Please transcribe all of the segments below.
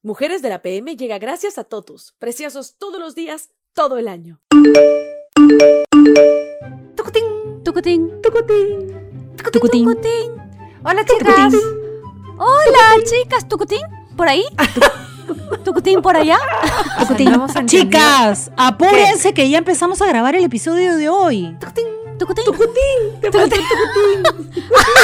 Mujeres de la PM llega gracias a Totus, preciosos todos los días, todo el año. Tucutín, Tucutín, tucutín, tucutín. tucutín. Hola, chicas. Hola, chicas. ¿Tucutín? ¿Por ahí? ¿Tucutín por allá? Tucutín. No hemos entendido. Chicas, apúrense que ya empezamos a grabar el episodio de hoy. Tucutín, tucutín. Te falta el tucutín.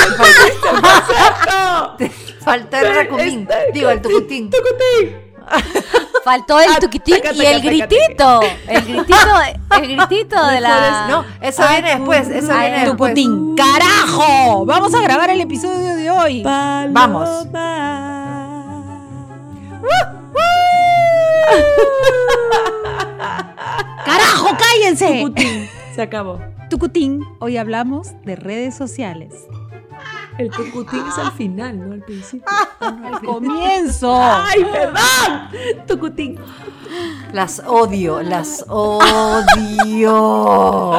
Faltó el racumín. Digo, el tucutín. Faltó el tuquitín y el gritito. El gritito de la... No, eso viene después. Eso viene después. Tucutín. ¡Carajo! Vamos a grabar el episodio de hoy. Vamos. ¡Carajo, cállense! Tucutín. Se acabó. Tucutín, hoy hablamos de redes sociales. El tucutín es al final, no al principio. Al comienzo. ¡Ay, perdón! Tucutín. Las odio, las odio.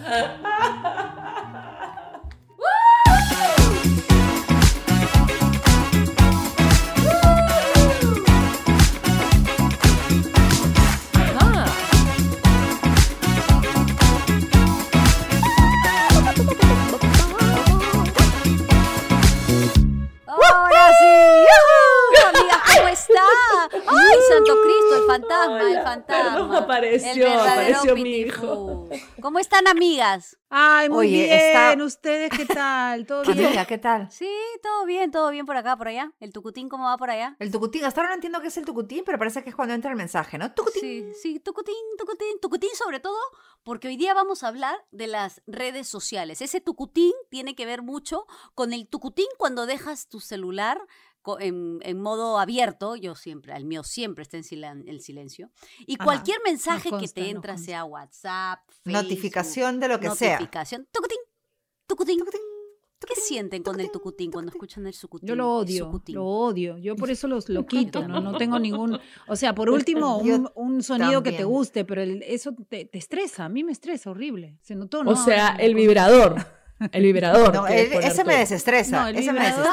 ¡Ahora sí! ¡Yujú! Amiga, ¿cómo está? ¡Ay, Santo Cristo, el fantasma, Hola, el fantasma! perdón, apareció, el verdadero apareció mi pitifú. ¿Cómo están, amigas? Ay, muy Oye, bien. ¿Ustedes qué tal? ¿Todo bien? Amiga, ¿qué tal? Sí, todo bien por acá, por allá. ¿El tucutín cómo va por allá? El tucutín, hasta ahora no entiendo qué es el tucutín, pero parece que es cuando entra el mensaje, ¿no? Tucutín. Sí, tucutín. Tucutín sobre todo porque hoy día vamos a hablar de las redes sociales. Ese tucutín tiene que ver mucho con el tucutín cuando dejas tu celular en modo abierto. Yo siempre, el mío siempre está en silencio. Y Ajá. cualquier mensaje Nos que consta, te nos entra, consta. sea WhatsApp, Facebook, Notificación de lo que sea. notificación. Tucutín. ¿Qué sienten con el tucutín cuando escuchan el sucutín? Yo lo El odio, sucutín. lo odio. Yo por eso lo quito, no tengo ningún... O sea, por último, Yo un sonido que te también. guste, pero eso te estresa. A mí me estresa horrible. Se notó, ¿no? O sea, Ahora el vibrador. El vibrador. No, quieres poner ese tú. me desestresa. No, el ese me vibrador.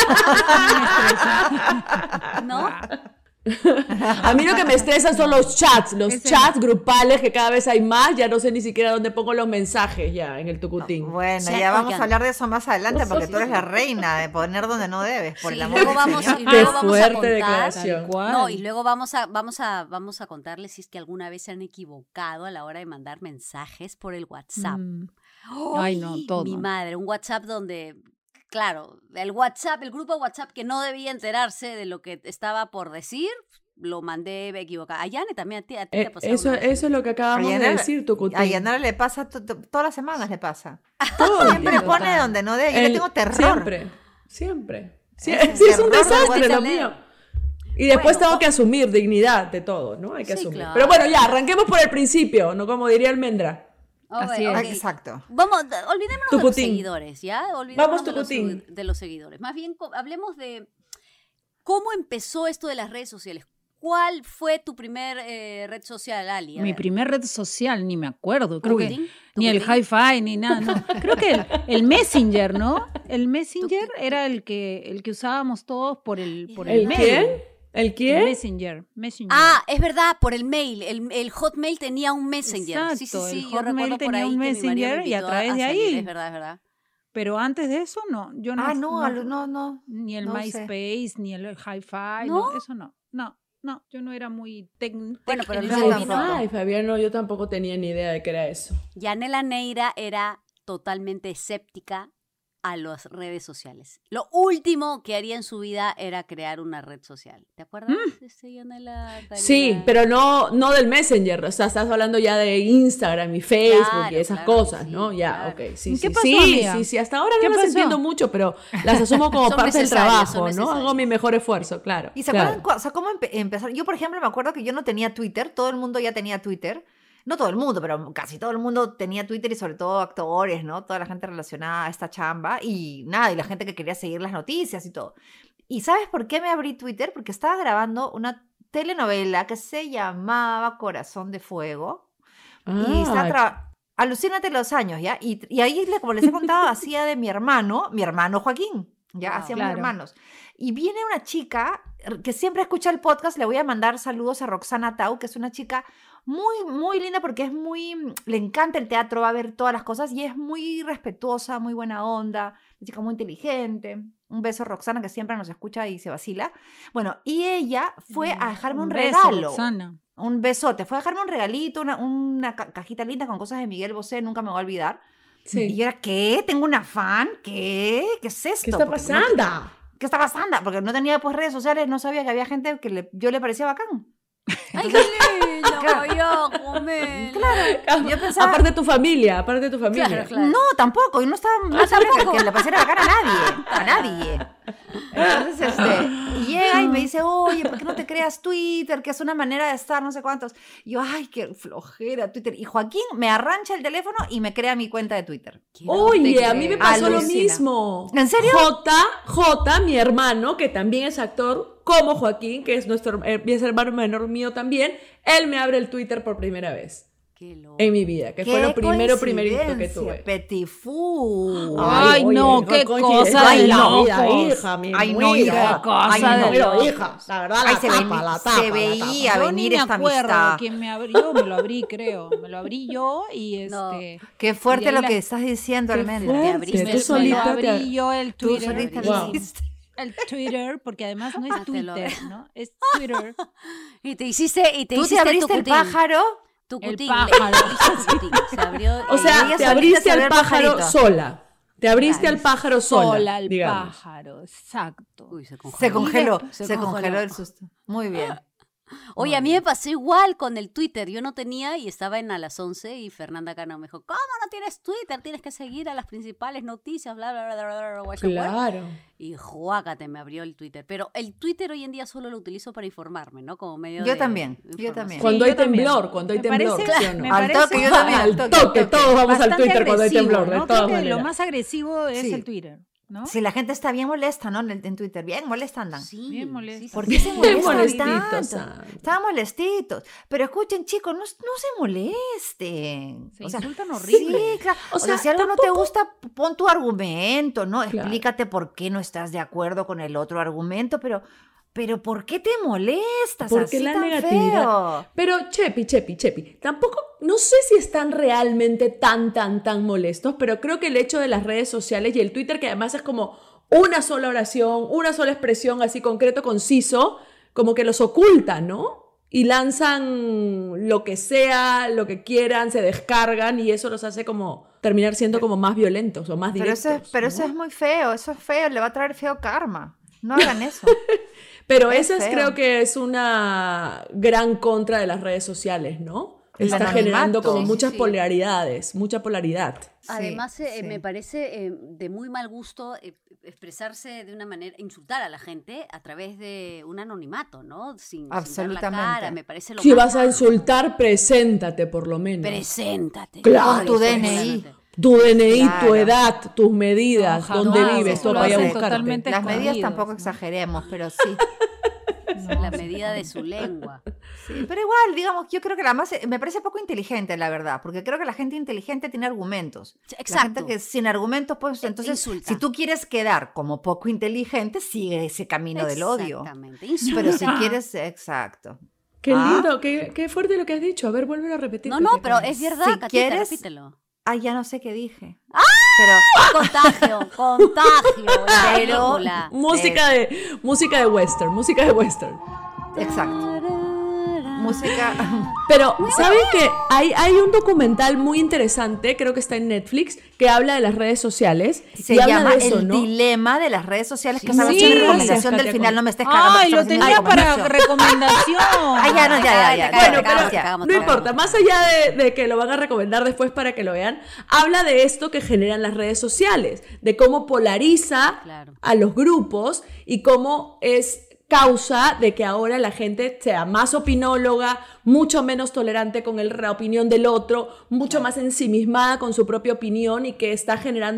desestresa. ¿No? A mí lo que me estresa son los chats Ese grupales, que cada vez hay más. Ya no sé ni siquiera dónde pongo los mensajes ya en el tucutín. Bueno, Sí, ya vamos oigan. a hablar de eso más adelante porque tú eres la reina de poner donde no debes, por Sí, el amor luego del vamos, Señor. y Qué luego vamos a fuerte contar. declaración. Tal cual. No, y luego vamos a contarles si es que alguna vez se han equivocado a la hora de mandar mensajes por el WhatsApp. Ay, no, todo. Mi madre, un WhatsApp donde, claro, el grupo WhatsApp que no debía enterarse de lo que estaba por decir, lo mandé equivocado. A Yane también, a ti te ha pasado Eso una vez. es lo que acabamos de decir, tucutín. A Yanara le pasa, todas las semanas le pasa. Todo el Siempre tiempo. pone donde no debe. Yo le tengo terror. Siempre. Sí, Es un sí, es un terror desastre de lo WhatsApp. mío. Y después Bueno, tengo que asumir dignidad de todo, ¿no? Hay que Sí, asumir. claro. Pero bueno, ya, arranquemos por el principio, ¿no? Como diría Almendra. Así Ok. es. Exacto. Vamos, olvidémonos de los Tucutín. seguidores, ¿ya? Olvidémonos Vamos, tucutín. de los seguidores. Más bien, hablemos de cómo empezó esto de las redes sociales. ¿Cuál fue tu primer red social, Ali? A Mi ver. primer red social, ni me acuerdo. Creo que ¿Tucutín? ni el ¿Tucutín? Hi-Fi, ni nada. No. Creo que el Messenger, ¿no? El Messenger era el que usábamos todos por el ¿El mail. quién? ¿El El quién? Messenger. Ah, es verdad, por el mail. El Hotmail tenía un Messenger. Exacto, Sí, el yo Hotmail recuerdo por tenía ahí un que mi marido me Messenger y a invitó través de salir, ahí. Es verdad. Pero antes de eso, no. Yo no. No. Ni el no sé. MySpace, ni el Hi-Fi. ¿No? No, eso no. No, yo no era muy Bueno, pero en luego ese vino- momento. Ay, Fabián, yo tampoco tenía ni idea de qué era eso. Yanela Neira era totalmente escéptica a las redes sociales. Lo último que haría en su vida era crear una red social. ¿Te acuerdas? Yanela, Sí, Karina? pero no del Messenger. O sea, estás hablando ya de Instagram y Facebook Claro, y esas claro, cosas, sí, ¿no? Ya, claro. ok. Sí, ¿Qué sí, pasó, sí, amiga? sí. Hasta ahora ¿Qué no las pasó? entiendo mucho, pero las asumo como Son parte del necesarias, trabajo, son ¿no? necesarias. Hago mi mejor esfuerzo, claro. ¿Y se claro. acuerdan? O sea, ¿cómo empezaron? Yo, por ejemplo, me acuerdo que yo no tenía Twitter. Todo el mundo ya tenía Twitter. No todo el mundo, pero casi todo el mundo tenía Twitter y sobre todo actores, ¿no? Toda la gente relacionada a esta chamba y nada, y la gente que quería seguir las noticias y todo. ¿Y sabes por qué me abrí Twitter? Porque estaba grabando una telenovela que se llamaba Corazón de Fuego y estaba Alucínate los años, ¿ya? Y ahí, como les he contado, hacía de mi hermano Joaquín, ¿ya? Wow, Hacíamos claro. hermanos. y viene una chica que siempre escucha el podcast, le voy a mandar saludos a Roxana Tau, que es una chica muy, muy linda porque le encanta el teatro, va a ver todas las cosas y es muy respetuosa, muy buena onda, una chica muy inteligente. Un beso a Roxana, que siempre nos escucha y se vacila. Bueno, y ella fue a dejarme un beso, regalo. Roxana. Un besote. Fue a dejarme un regalito, una cajita linda con cosas de Miguel Bosé, nunca me voy a olvidar. Sí. Y yo era, ¿qué? ¿Tengo una fan? ¿Qué? ¿Qué es esto? ¿Qué está Porque pasando? ¿Qué está pasando? Porque no tenía pues redes sociales, no sabía que había gente que yo le parecía bacán. ¡Ay, qué lindo! Yo, comer. Claro, yo pensaba... Aparte de tu familia. Claro, claro. No, tampoco. Yo no sabía que le pareciera bacán a nadie. Entonces, y llega y me dice, oye, ¿por qué no te creas Twitter? Que es una manera de estar, no sé cuántos. Y yo, ay, qué flojera Twitter. Y Joaquín me arrancha el teléfono y me crea mi cuenta de Twitter. Oye, a mí me pasó lo Alucina. mismo. ¿En serio? J, mi hermano, que también es actor, como Joaquín, que es es hermano menor mío también, él me abre el Twitter por primera vez Qué loco. en mi vida, que fue lo primerito que tuve. Petit Fou. Ay, no, qué cosa de locos. hija, mi Ay, no, vida. hija. cosa Ay, de no. Pero, hija, la verdad, Ay, la tapa. se veía Yo venir ni me esta acuerdo amistad. quién me abrió. Yo me lo abrí, creo. Me lo abrí yo y No. Qué Y fuerte ahí lo la- que estás diciendo, Qué Almendra. fuerte. abriste, Tú tú me solita lo te- abrí yo el Tú Twitter. solita Wow. lo hiciste. El Twitter, porque además no es te lo Twitter, ¿no? Es Twitter. Y te hiciste ¿Tú te tu abriste el cutín. pájaro? Tu El cutín. pájaro. Tu cutín. Se abrió. O sea, ella te solita abriste se abrió al el pájaro pajarito. sola. Te abriste Claro. al pájaro sola, Sola el digamos. pájaro, exacto. Uy, se congeló. Se congeló. Se Se congeló. congeló el susto. Muy bien. Oye, a mí me pasó igual con el Twitter. Yo no tenía y estaba en A las 11 y Fernanda Cano me dijo, ¿cómo no tienes Twitter? Tienes que seguir a las principales noticias, bla, bla, bla, bla, bla, bla, bla. Claro. Y juácate, me abrió el Twitter. Pero el Twitter hoy en día solo lo utilizo para informarme, ¿no? Como medio Yo de también, yo información. también. Cuando Sí, hay yo también. temblor, cuando hay Me temblor, parece- ¿sí o no? me Al parece toque, yo también. Al toque, todos vamos al Bastante Twitter cuando hay agresivo, temblor, de ¿no? todas Creo que maneras. lo más agresivo es Sí. el Twitter, ¿no? Si la gente está bien molesta, ¿no? En Twitter. Bien molesta andan. Sí, Bien molesto. sí, sí, ¿Por sí. qué se Bien molestan molestitos, tanto? Sandra. Estaban molestitos. Pero escuchen, chicos, no se molesten. Se insultan horrible. Sí, claro. O O sea, sea, si algo no te gusta, pon tu argumento, ¿no? Claro. Explícate por qué no estás de acuerdo con el otro argumento, pero ¿por qué te molestas? ¿Por así qué la tan negatividad? feo? Pero Chepi, tampoco, no sé si están realmente tan molestos, pero creo que el hecho de las redes sociales y el Twitter, que además es como una sola oración, una sola expresión así concreto, conciso, como que los oculta, ¿no? Y lanzan lo que sea, lo que quieran, se descargan y eso los hace como terminar siendo como más violentos o más Pero directos. eso ¿no? es muy feo, eso es feo, le va a traer feo karma. No hagan eso. Pero Es esa es, feo. creo que es una gran contra de las redes sociales, ¿no? El Está generando anonimato. como Sí, sí, muchas sí. polaridades, mucha polaridad. Además, Sí, sí. me parece de muy mal gusto expresarse de una manera, insultar a la gente a través de un anonimato, ¿no? Sin dar la Absolutamente. cara, me parece lo Si más vas a malo. insultar, preséntate por lo menos. Preséntate. Claro. Con tu Preséntate. DNI. Tu DNI, tu Claro. edad, tus medidas, No, dónde jamás, vives, eso todo lo para ir a hacen buscarte. totalmente Las medidas escondidos, tampoco ¿no? exageremos, pero sí. La medida de su lengua. Sí, pero igual, digamos, yo creo que la más, me parece poco inteligente, la verdad, porque creo que la gente inteligente tiene argumentos. La Exacto. gente que sin argumentos, pues entonces, insulta. si tú quieres quedar como poco inteligente, sigue ese camino del odio. Exactamente. Pero si Insulta. quieres, exacto. Qué Ah. lindo, qué fuerte lo que has dicho. A ver, vuelve a repetir. No, no, pero es verdad, Si Catita, quieres- repítelo. Ay, ya no sé qué dije. ¡Ah! Pero Contagio. La Pero- película. música de western. exacto. Música. Pero, ¿saben que hay un documental muy interesante, creo que está en Netflix, que habla de las redes sociales? Se y habla llama de eso, El ¿no? dilema de las redes sociales, que Sí, esa sí, es una gracias, recomendación del Katia, final, con- no me estés cagando. Ay, porque lo estoy haciendo tenía para recomendación. recomendación. Ay, ya, no, ya. Bueno, Cagamos, pero cagamos, no cagamos. importa, más allá de que lo van a recomendar después para que lo vean, habla de esto que generan las redes sociales, de cómo polariza Claro. a los grupos y cómo es causa de que ahora la gente sea más opinóloga, mucho menos tolerante con la opinión del otro, mucho más ensimismada con su propia opinión y que está generando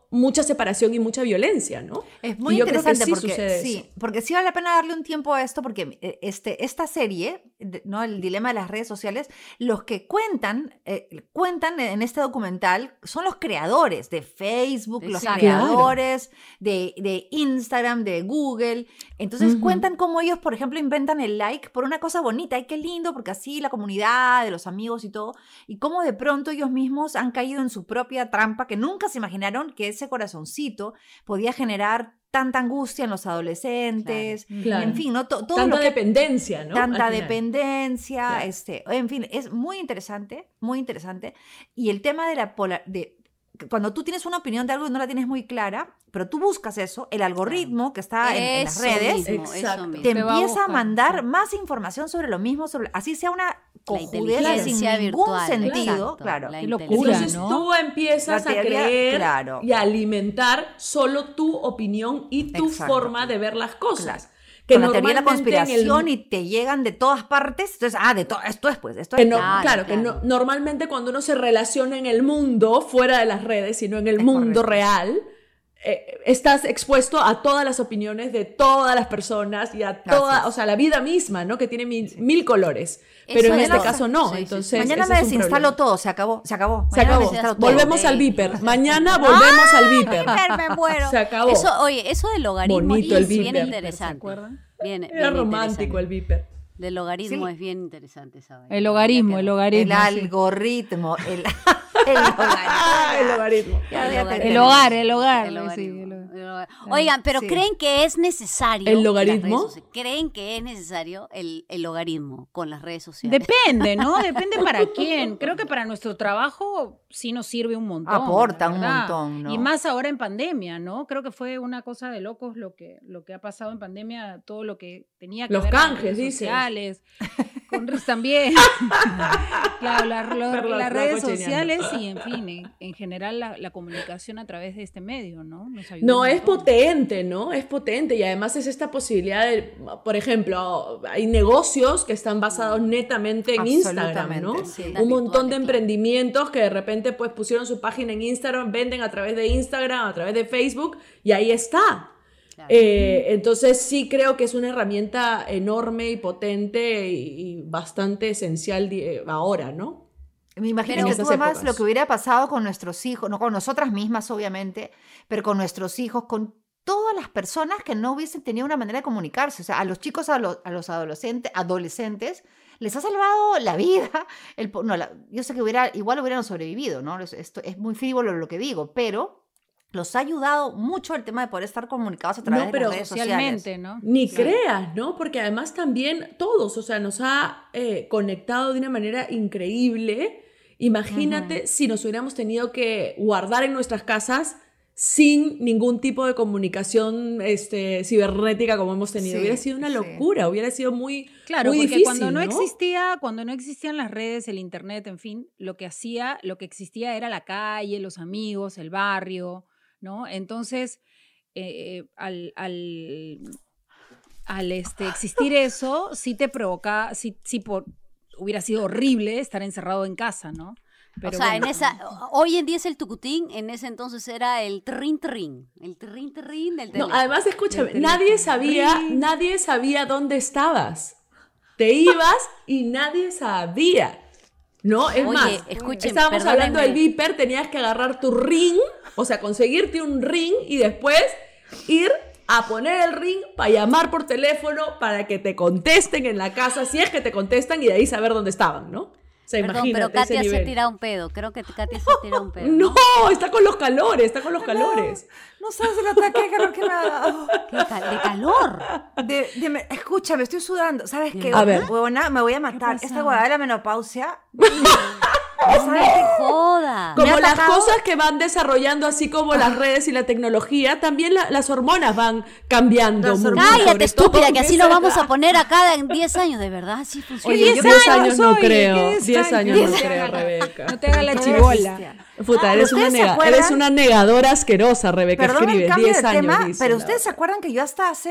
mucha separación y mucha violencia, ¿no? Es muy Y yo creo que interesante sí porque sucede sí, eso. porque sí vale la pena darle un tiempo a esto porque esta serie, ¿no? El dilema de las redes sociales, los que cuentan en este documental son los creadores de Facebook, los Exacto. creadores de Instagram, de Google. Entonces cuentan cómo ellos, por ejemplo, inventan el like por una cosa bonita. Ay, qué lindo, porque así la comunidad de los amigos y todo. Y cómo de pronto ellos mismos han caído en su propia trampa que nunca se imaginaron que ese corazoncito podía generar tanta angustia en los adolescentes, Claro. en fin, ¿no? Todo Tanta lo que dependencia, ¿no? tanta Al final. dependencia, Claro. en fin, es muy interesante, muy interesante. Y el tema de cuando tú tienes una opinión de algo y no la tienes muy clara, pero tú buscas eso, el algoritmo que está en las Eso redes mismo, eso Exacto. mismo. te Te va a empieza a buscar, mandar sí. más información sobre lo mismo, así sea una cojudez sin inteligencia ningún virtual, sentido, exacto, claro. la Qué locura, Entonces ¿no? tú empiezas La a teoría, creer claro. y a alimentar solo tu opinión y tu Exacto. forma de ver las cosas. Claro. Que Con la teoría de la normalmente en el- conspiración y te llegan de todas partes, entonces, esto es pues, esto que es. no- Claro, claro, que claro. normalmente cuando uno se relaciona en el mundo, fuera de las redes, sino en el Es mundo correcto. real, estás expuesto a todas las opiniones de todas las personas y a toda, es. o sea, la vida misma, ¿no? Que tiene mil colores. Eso Pero en es este lo- caso no. sí, sí, sí. Entonces, Mañana ese me es un desinstalo problema. todo, se acabó. Se Mañana acabó. me desinstalo todo. Volvemos al Ok. Viper. Mañana volvemos al Viper. Me muero. Se acabó. Eso, oye, eso del logaritmo Bonito el es bien Viper. interesante. ¿Se acuerdan? Bien, Era bien romántico interesante. el Viper. Del logaritmo Sí. es bien interesante esa vaina. El logaritmo, Ya el quedó. logaritmo. El sí. algoritmo, el El logaritmo. Ya, ya te El entendí. hogar, el hogar. El sí, logaritmo. el hogar. El hogar. Oigan, pero Sí. ¿creen que es necesario? ¿El las logaritmo? redes sociales? ¿Creen que es necesario el logaritmo con las redes sociales? Depende, ¿no? Depende para quién. Creo que para nuestro trabajo sí nos sirve un montón. Aporta la un verdad. montón, ¿no? Y más ahora en pandemia, ¿no? Creo que fue una cosa de locos lo que ha pasado en pandemia, todo lo que tenía que Los ver con canjes, redes dices. sociales, con redes también. Claro, Perdón, las la redes cochineando. sociales y, en fin, en general la comunicación a través de este medio, ¿no? Nos ayuda No, un es montón. potente, ¿no? Es potente y además es esta posibilidad de, por ejemplo, hay negocios que están basados netamente en Instagram, ¿no? Absolutamente, sí. Un montón de Virtuales, emprendimientos que de repente pues pusieron su página en Instagram, venden a través de Instagram, a través de Facebook y ahí está. Claro. Entonces sí creo que es una herramienta enorme y potente y bastante esencial ahora, ¿no? Me imagino En que esas tú además épocas. lo que hubiera pasado con nuestros hijos, no con nosotras mismas obviamente, pero con nuestros hijos, con todas las personas que no hubiesen tenido una manera de comunicarse. O sea, a los chicos, a los adolescentes, les ha salvado la vida. Yo sé que igual hubieran sobrevivido, ¿no? Esto es muy frívolo lo que digo, pero los ha ayudado mucho el tema de poder estar comunicados a través No, de pero las redes sociales. Socialmente, ¿no? Ni Sí. creas, ¿no? Porque además también todos, o sea, nos ha conectado de una manera increíble. Imagínate si nos hubiéramos tenido que guardar en nuestras casas sin ningún tipo de comunicación cibernética como hemos tenido. Sí, Hubiera sido una sí. locura, hubiera sido muy, Claro, muy porque difícil, cuando no ¿no? existían las redes, el internet, en fin, lo que existía era la calle, los amigos, el barrio, ¿no? Entonces, al existir eso, sí te provoca, hubiera sido horrible estar encerrado en casa, ¿no? O sea, hoy en día es el tucutín, en ese entonces era el trin del No, teléfono. además, escúchame, Del nadie teléfono. sabía dónde estabas. Te ibas y nadie sabía. ¿No? Es Oye, más, escuchen, estábamos hablando del perdónenme. Viper, tenías que agarrar tu ring, o sea, conseguirte un ring y después ir a poner el ring para llamar por teléfono para que te contesten en la casa, si es que te contestan y de ahí saber dónde estaban, ¿no? O sea, Perdón, imagínate pero ese Katia se nivel. tira un pedo. Creo que Katia se tira un pedo. No, está con los calores, está con los calores. No sabes el ataque de calor que me ha dado. ¿Qué de calor. Escúchame, estoy sudando. ¿Sabes qué? A ver. Huevona, me voy a matar. pasa? Esta huevada de la menopausia. No me joda. Como ha las atacado- cosas que van desarrollando, así como las redes y la tecnología, también las hormonas van cambiando. Las mucho, hormonas. sobre Cállate, todo estúpida, que en así lo esa vamos edad. a poner acá en 10 años, de verdad, así funciona. Oye, Oye, 10 años no oye, creo. 10 10 años no años. creo, Rebeca. No te hagas la Qué chibola. bestia. Puta, eres ¿Ustedes se eres acuerdan? una negadora asquerosa, Rebeca. Perdón el Escribe cambio 10 de años. tema, dice, pero la ustedes se verdad. acuerdan que yo hasta hace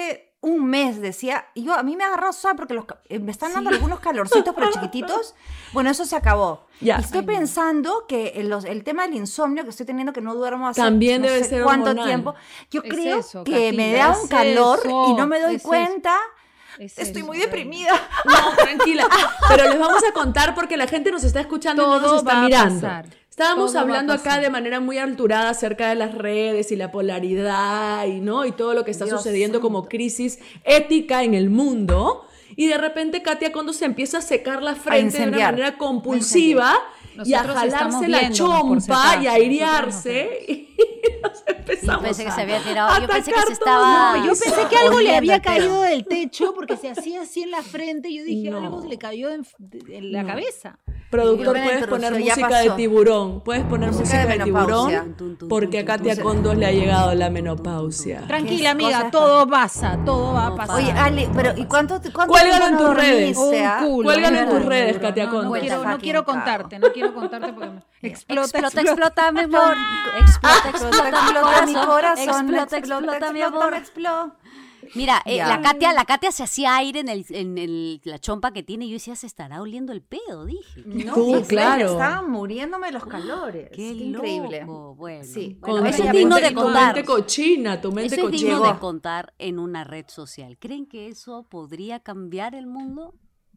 un mes decía, y a mí me ha agarrado suave porque me están dando algunos calorcitos pero chiquititos. Bueno, eso se acabó. Ya. Estoy pensando que el tema del insomnio que estoy teniendo, que no duermo hace También no debe sé ser cuánto hormonal. tiempo, yo Es creo eso, que me Catila, da un calor y no me doy es eso. cuenta. Es Estoy eso, muy reina. deprimida. No, tranquila. Pero les vamos a contar porque la gente nos está escuchando y no Todo nos está va a mirando. pasar. Estábamos Todo va a hablando acá pasar. de manera muy alturada acerca de las redes y la polaridad y todo lo que está Dios sucediendo como santo. crisis ética en el mundo. Y de repente Katia Kondo se empieza a secar la frente de una incendiar. manera compulsiva y a Nosotros estamos jalarse la viéndonos, por si chompa acaso. y a Nosotros nos airearse. Y nos Sí, empezamos pensé que a se había tirado. Yo pensé que atacar se todos. estaba. No, yo pensé que algo le oliendo había el pelo. caído del techo porque se hacía así en la frente. Yo dije, No. algo le cayó en la No. cabeza. Productor, Buena puedes poner introducción, ya música de pasó. tiburón. Puedes poner Música música de de menopausia. tiburón porque a Katia Kondo le ha llegado la menopausia. Tranquila, amiga, cosas todo pasa, todo va a No pasar. Oye, Ali, pero ¿y cuánto Cuélgalo tiempo en no tus redes. dormiste, Un ah? culo, Cuélgalo en un tus redes, culo. Katia No, Kondo. no quiero Fucking contarte porque me explota. Explota, mi amor. Explota mi corazón. Explota, mi amor. Mira, Ya. la Katia se hacía aire en la chompa que tiene y yo decía, se estará oliendo el pedo, dije. No, Tú, pues, claro. Estaban muriéndome los calores. Qué increíble. loco. Bueno, Sí. bueno, Con eso tu es digno mente- de tu contar. mente cochina, tu mente Eso es digno cochina. de contar en una red social. ¿Creen que eso podría cambiar el mundo?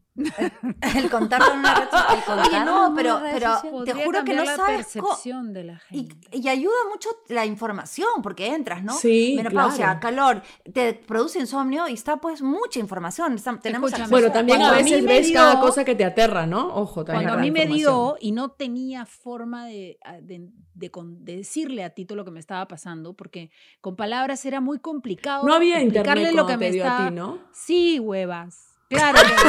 El contarlo en una red social. El contarlo Oye, en no, una pero red te social. juro Podría que no cambiar la sabes percepción de la Y, gente. y ayuda mucho la información, porque entras, ¿no? Sí, Menopausia, claro. calor, te produce insomnio y está pues mucha información. Tenemos Escúchame, acceso Bueno, también a Cuando a mí veces me ves dio- cada cosa que te aterra, ¿no? Ojo, también Cuando a con la mí me información. dio y no tenía forma de decirle a Tito lo que me estaba pasando, porque con palabras era muy complicado. No había explicarle internet lo cuando que te me dio a estaba... ti, ¿no? Sí, huevas. Claro. que-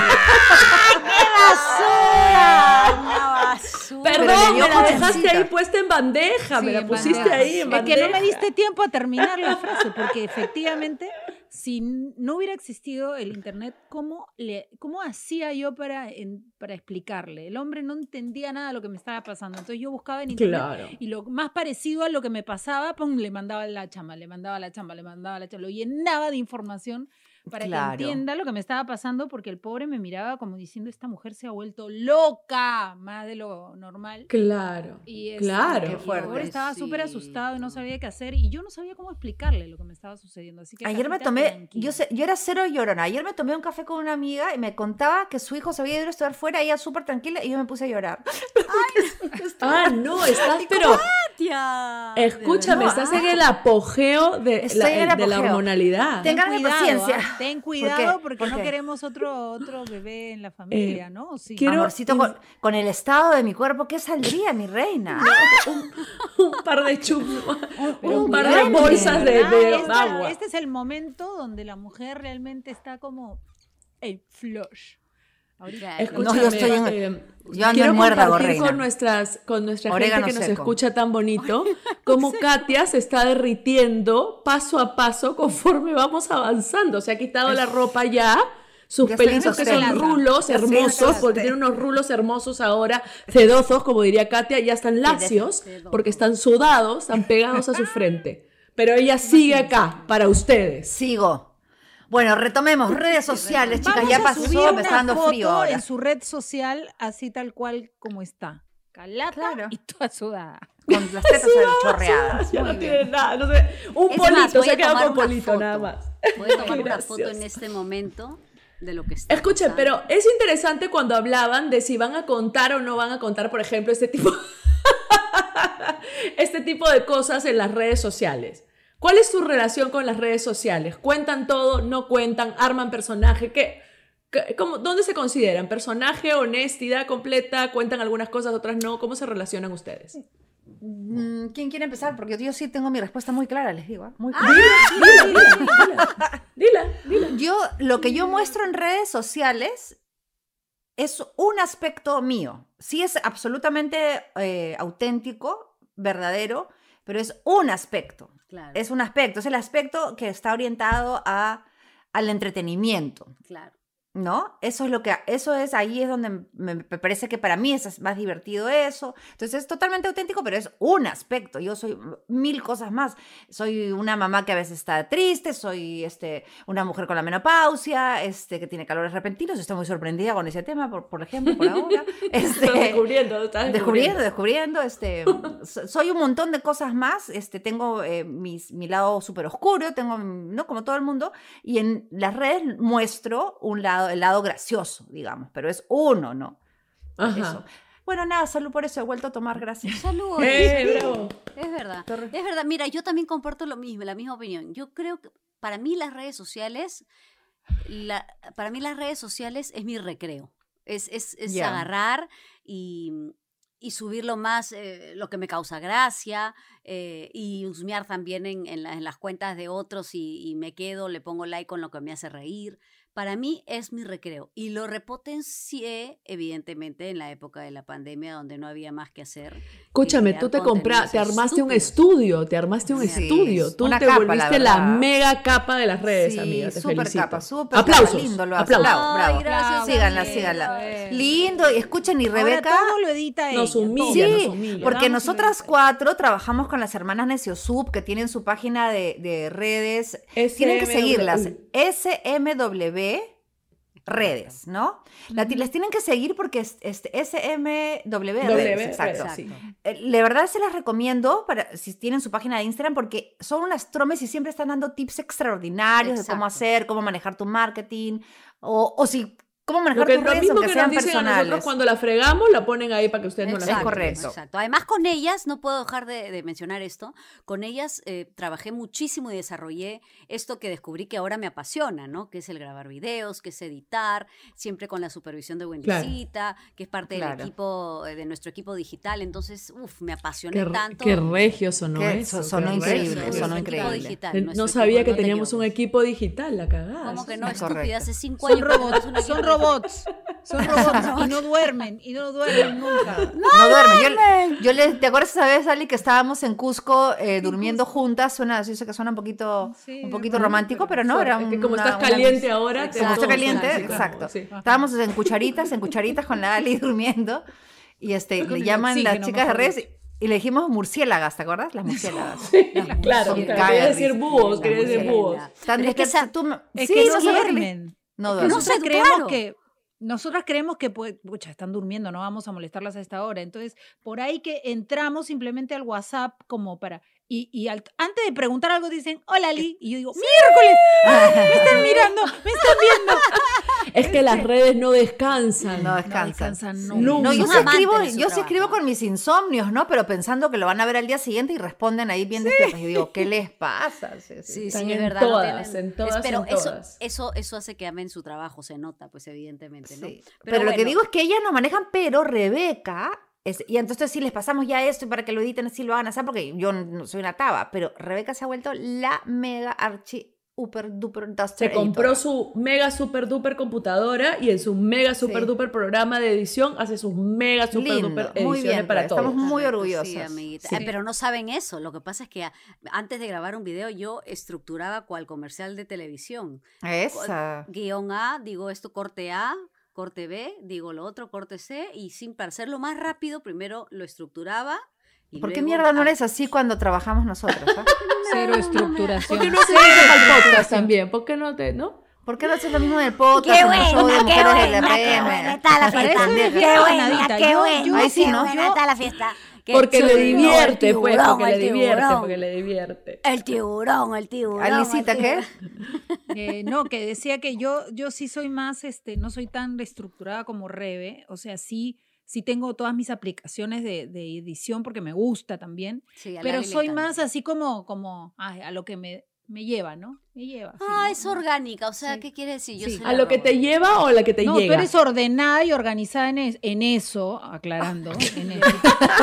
Una basura. Perdón, le dio me la dejaste jovencita. ahí puesta en bandeja, Sí, me la en pusiste bandeja. ahí en Es bandeja. que no me diste tiempo a terminar la frase, porque efectivamente, si no hubiera existido el internet, ¿cómo hacía yo para explicarle? El hombre no entendía nada de lo que me estaba pasando, entonces yo buscaba en internet Claro. y lo más parecido a lo que me pasaba, pum, le mandaba la chamba, lo llenaba de información para Claro. que entienda lo que me estaba pasando, porque el pobre me miraba como diciendo, esta mujer se ha vuelto loca, más de lo normal. Claro, Y claro. y Qué el fuerte. pobre estaba súper Sí. asustado y no sabía qué hacer. Y yo no sabía cómo explicarle lo que me estaba sucediendo. Así que Ayer me Catita, tomé, tranquila. yo era cero llorona. Ayer me tomé un café con una amiga y me contaba que su hijo se había ido a estudiar fuera, ella súper tranquila, y yo me puse a llorar. Ah, no, estás, pero Tía, escúchame, de verdad. estás en el apogeo de Estoy en el de la apogeo. hormonalidad. Tengan paciencia. Ten cuidado qué? porque ¿Por no qué? queremos otro bebe en la familia, ¿no? Sí. quiero- Amorcito, con el estado de mi cuerpo, ¿qué saldría, mi reina? Un par de chupos, Pero un par de cuidado, bolsas de ¿verdad? agua. Este es el momento donde la mujer realmente está como en flush. Ahorita, Escúchame, No, yo estoy en- yo ando quiero en muérdago, compartir reina. con nuestra Orégano gente que nos seco. escucha tan bonito, como Katia se está derritiendo paso a paso conforme vamos avanzando. Se ha quitado la ropa ya, sus Ya estoy en pelitos que son Escalada. rulos Ya estoy en hermosos, Escalada. porque tiene unos rulos hermosos ahora, sedosos, como diría Katia, ya están lacios, sedoso. porque están sudados, están pegados a su frente. Pero ella sigue acá, para ustedes. Sigo. Bueno, retomemos redes sociales, chicas. Vamos Ya a pasó, subir me una está dando foto frío ahora. en su red social así tal cual como está. Calata Claro. y toda sudada. Con las tetas chorreadas. Ya Muy no bien. tiene nada, no sé, un Es más, polito, voy se a ha quedado tomar con una polito foto. nada más. Voy a tomar una foto Gracioso. en este momento de lo que está Escuchen, pasando. pero es interesante cuando hablaban de si van a contar o no van a contar, por ejemplo, este tipo de cosas en las redes sociales. ¿Cuál es su relación con las redes sociales? ¿Cuentan todo? ¿No cuentan? ¿Arman personaje? ¿Dónde se consideran? ¿Personaje, honestidad completa? ¿Cuentan algunas cosas, otras no? ¿Cómo se relacionan ustedes? ¿Quién quiere empezar? Porque yo sí tengo mi respuesta muy clara, les digo. Muy Dila. Yo, lo que yo muestro en redes sociales es un aspecto mío. Sí es absolutamente auténtico, verdadero, pero es un aspecto. Claro, Es el aspecto que está orientado al entretenimiento. claro. ¿no? Ahí es donde me parece que para mí es más divertido eso. Entonces es totalmente auténtico, pero es un aspecto. Yo soy 1000 cosas más. Soy una mamá que a veces está triste, soy una mujer con la menopausia, que tiene calores repentinos. Estoy muy sorprendida con ese tema, por ejemplo, por ahora. Estás descubriendo. Soy un montón de cosas más. Tengo mi lado súper oscuro, tengo, ¿no? Como todo el mundo. Y en las redes muestro el lado gracioso, digamos, pero es uno, ¿no? Ajá. Eso. Bueno, nada, salud por eso, he vuelto a tomar, gracias. Salud. Bravo. Es verdad. Es verdad. Mira, yo también comparto la misma opinión. Yo creo que para mí las redes sociales, es mi recreo. Es Ya. agarrar y subir lo más, lo que me causa gracia, y husmear también en las cuentas de otros y me quedo, le pongo like con lo que me hace reír. Para mí es mi recreo y lo repotencié evidentemente en la época de la pandemia donde no había más que hacer. Escúchame, y tú crear te armaste un estúpidos. estudio, Sí, tú una te capa, volviste la la verdad. mega capa de las redes, Sí, amiga, te súper felicito. capa, súper Aplausos, capa, lindo lo hace. aplausos. Bravo, bravo. Ay, gracias, Síganla, amiga. síganla. Lindo, y escuchen, y Rebeca... Ahora todo lo edita Nos ella. humilla, todo. nos Sí, humilla. porque Vamos y lo nosotras dice. 4 trabajamos con las hermanas Neciosub, que tienen su página de redes. Tienen que seguirlas. SMW redes, ¿no? Las tienen que seguir porque es SMW redes, exacto. sí. De verdad se las recomiendo si tienen su página de Instagram, porque son unas tromes y siempre están dando tips extraordinarios de cómo Exacto. hacer, cómo manejar tu marketing, o si cómo manejar Lo tus redes mismo aunque que sean nos dicen a nosotros personales. cuando la fregamos, la ponen ahí para que ustedes no la Exacto, freguen. correcto. Exacto. Además, con ellas, no puedo dejar de mencionar esto, con ellas trabajé muchísimo y desarrollé esto que descubrí que ahora me apasiona, ¿no? Que es el grabar videos, que es editar, siempre con la supervisión de Wendycita, que es parte del Claro. equipo, de nuestro equipo digital. Entonces, me apasioné tanto. Qué regio sonó Qué- eso. sonó qué increíble, regio. sonó Nuestro equipo increíble. digital, nuestro No equipo, sabía que no te teníamos un equivoques. equipo digital, la cagada. ¿Cómo que no? Es Estúpida, correcto. hace 5 Son años. que tenemos robots, un equipo son digital. robots, son robots y no duermen nunca. No duerme. ¿Te acuerdas esa vez, Ali, que estábamos en Cusco durmiendo juntas? Yo sé que suena un poquito Sí, romántico, pero no, era Es que como estás una- caliente ahora, Exacto. te Como está vamos a caliente, así como, exacto. sí. Estábamos en cucharitas con la Ali durmiendo, y Con le el llaman las oxígeno, chicas de mejor redes dicho. y le dijimos murciélagas, ¿te acuerdas? Las murciélagas. Claro, Son quería cagas, decir risa. búhos, Las quería decir murciélagas. búhos. Tan Pero es que despierta- tú me- Es Sí, que eso no es lo que le- duermen. No duermen. No sé, Nosotras creemos que pues, pucha, están durmiendo, no vamos a molestarlas a esta hora. Entonces, por ahí que entramos simplemente al WhatsApp como para... antes de preguntar algo dicen, hola Lee, y yo digo, miércoles, me están mirando, me están viendo. Es que las redes no descansan. No No descansan. descansan No, nunca. No, yo Son sí amantes escribo, de su yo sí escribo trabajo. con mis insomnios, ¿no? Pero pensando que lo van a ver al día siguiente y responden ahí bien despiertos. Yo digo, ¿qué les pasa? Sí, Están sí, es en verdad. todas, en todas, Pero en todas. eso hace que amen su trabajo, se nota, pues evidentemente, ¿no? Sí. Pero lo que bueno, digo es que ellas nos manejan, pero Rebeca, y entonces sí les pasamos ya esto y para que lo editen así lo hagan así, porque yo no soy una taba, pero Rebeca se ha vuelto la mega archi super duper duster Se compró editora. su mega super duper computadora y en su mega super duper programa de edición hace sus mega super Lindo, duper muy ediciones bien, para estamos todos. muy correcto, orgullosas. Sí, amiguita. Sí. Pero no saben eso. Lo que pasa es que antes de grabar un video yo estructuraba cual comercial de televisión. Esa. Guión A, digo esto, corte A, corte B, digo lo otro, corte C, y para hacerlo más rápido, primero lo estructuraba. Y ¿Por qué luego- mierda no eres así cuando trabajamos nosotros? ¿Ah? Cero estructuración. ¿Por qué no haces eso para el podcast también? ¿Por qué no no? ¿Por qué no haces lo mismo en el podcast? Qué en el show de buena, qué mujeres de la buena, qué PM? buena está la Para fiesta. eso es Qué bien buena, ganadita. qué Yo- buena, ahí sí, qué ¿no? buena está la fiesta. Que Porque le chulo, divierte, el pues, tiburón, porque le el divierte, tiburón. porque le divierte. El tiburón, el tiburón. Alicita, el ¿qué? tiburón. No, que decía que yo sí soy más, no soy tan reestructurada como Rebe, o sea, sí tengo todas mis aplicaciones de edición porque me gusta también, Sí, a pero Lali le soy encanta. más así como a lo que me lleva, ¿no? Me lleva. sí, Ah, ¿no? es orgánica, o sea, Sí. ¿qué quiere decir? Yo Sí. soy ¿A la lo que te robot. lleva o a la que te No, llega? tú eres ordenada y organizada en eso, aclarando, en eso.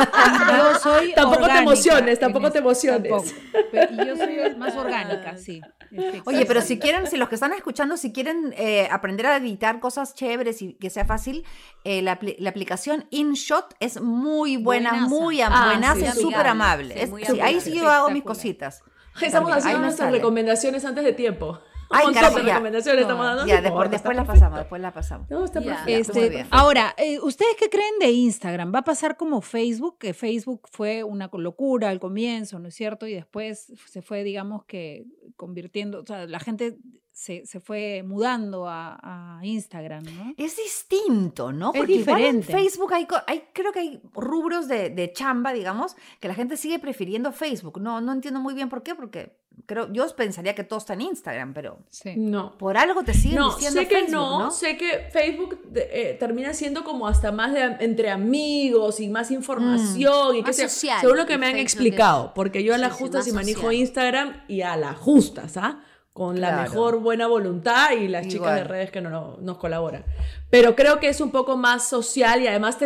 Y yo soy Tampoco te orgánica emociones, en tampoco te eso, emociones. tampoco. Y yo soy más orgánica, sí. Oye, pero si los que están escuchando, si quieren aprender a editar cosas chéveres y que sea fácil, la aplicación InShot es muy buena, Buenaza. muy Ah, buenaza sí, y amigable. súper amable. Sí, muy Ahí sí amigable. yo hago mis Espectacular. cositas. Estamos Ahí haciendo me nuestras sale. recomendaciones antes de tiempo. Ay, montón carajo, de ya. recomendaciones estamos dando. Ya, no importa, después está la perfecto. pasamos, después la pasamos. No, está Ya. perfecto. Muy bien. Ahora, ¿ustedes qué creen de Instagram? ¿Va a pasar como Facebook? Que Facebook fue una locura al comienzo, ¿no es cierto? Y después se fue, digamos que convirtiendo, o sea, la gente se fue mudando a Instagram, ¿no? Es distinto, ¿no? Es Porque igual en diferente. Facebook creo que hay rubros de chamba, digamos, que la gente sigue prefiriendo Facebook. No entiendo muy bien por qué, porque yo pensaría que todo está en Instagram, pero Sí. No. por algo te siguen No, diciendo sé que Facebook, no, sé que Facebook termina siendo como hasta más entre amigos y más información y Más qué sé yo, social, según lo que el me han Facebook explicado, porque yo a la sí, justa más sí manejo social. Instagram y a la justa, ¿sabes? Con la Claro. mejor buena voluntad y las chicas de Igual. redes que nos colaboran. Pero creo que es un poco más social y además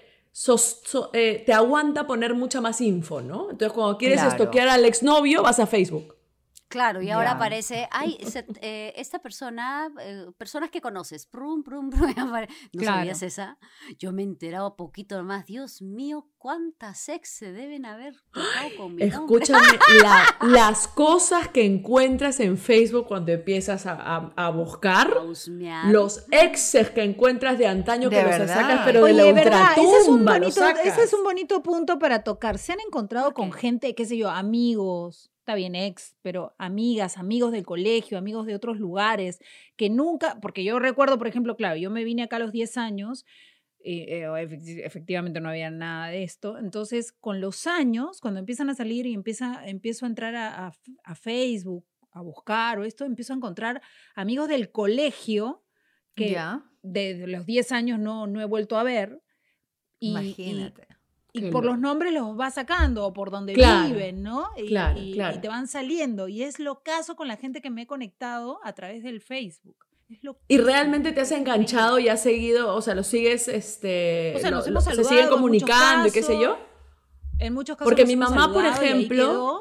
te aguanta poner mucha más info, ¿no? Entonces cuando quieres Claro. estoquear al exnovio vas a Facebook. Claro, y ahora Ya. aparece, ay, esta persona, personas que conoces, prum, prum, prum, ¿no Claro. sabías esa? Yo me he enterado poquito más, Dios mío, cuántas ex se deben haber tocado con mi nombre. Escúchame, las cosas que encuentras en Facebook cuando empiezas a buscar, A husmear. los exes que encuentras de antaño De que los verdad. sacas, pero de la Oye, ¿verdad? ultratumba los sacas. Ese es un bonito punto para tocar. ¿Se han encontrado ¿Por con qué? gente, qué sé yo, amigos, está bien ex, pero amigas, amigos del colegio, amigos de otros lugares, que nunca, porque yo recuerdo, por ejemplo, claro, yo me vine acá a los 10 años, efectivamente no había nada de esto, entonces con los años, cuando empiezan a salir y empiezo a entrar a Facebook, a buscar o esto, empiezo a encontrar amigos del colegio que Ya. de los 10 años no he vuelto a ver. Imagínate. Y Qué por los loco. nombres los vas sacando, o por donde Claro, viven, ¿no? claro. Y te van saliendo. Y es lo caso con la gente que me he conectado a través del Facebook. Es lo Y realmente te has enganchado y has seguido, o sea, lo sigues, O sea, nos hemos se saludado siguen en muchos comunicando y qué sé casos. yo. En muchos casos Porque nos mi hemos mamá, por saludado y ahí ejemplo- quedó,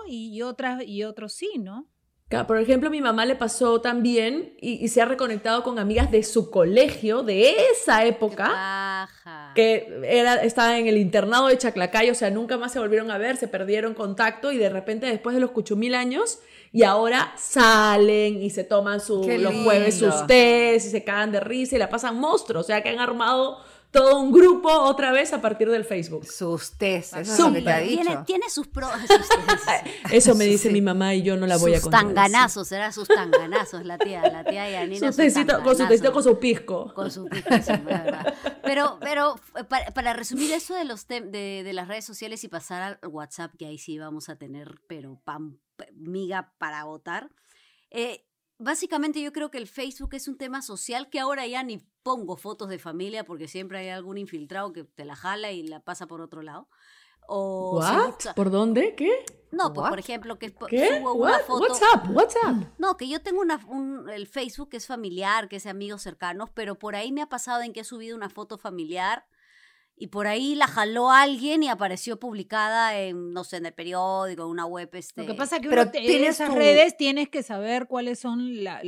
y otros sí, ¿no? Por ejemplo, a mi mamá le pasó también y se ha reconectado con amigas de su colegio, de esa Qué época, paja. que estaba en el internado de Chaclacayo, o sea, nunca más se volvieron a ver, se perdieron contacto y de repente después de los 8.000 años y ahora salen y se toman Qué los jueves sus lindo. tés y se cagan de risa y la pasan monstruos, o sea, que han armado todo un grupo otra vez a partir del Facebook. Sus test, eso es lo que te ha dicho. Tiene sus pros. Eso me dice Sí. mi mamá y yo no la voy a sus contradecir. tanganazos, será sus tanganazos, la tía Yanina. Su tecito, con su tecito, con su pisco. Con su pico, sí, la verdad. Pero para resumir eso de de las redes sociales y pasar al WhatsApp, que ahí sí vamos a tener, pero miga para votar. Básicamente yo creo que el Facebook es un tema social que ahora ya ni pongo fotos de familia porque siempre hay algún infiltrado que te la jala y la pasa por otro lado. O se ¿What? busca- ¿Por dónde? ¿Qué? No, pues What? por ejemplo, que ¿Qué? subo una What? foto. What's up? What's up? No, que yo tengo el Facebook que es familiar, que es de amigos cercanos, pero por ahí me ha pasado en que he subido una foto familiar y por ahí la jaló alguien y apareció publicada en, no sé, en el periódico, en una web. Lo que pasa es que Pero en tienes esas tu- redes tienes que saber cuáles son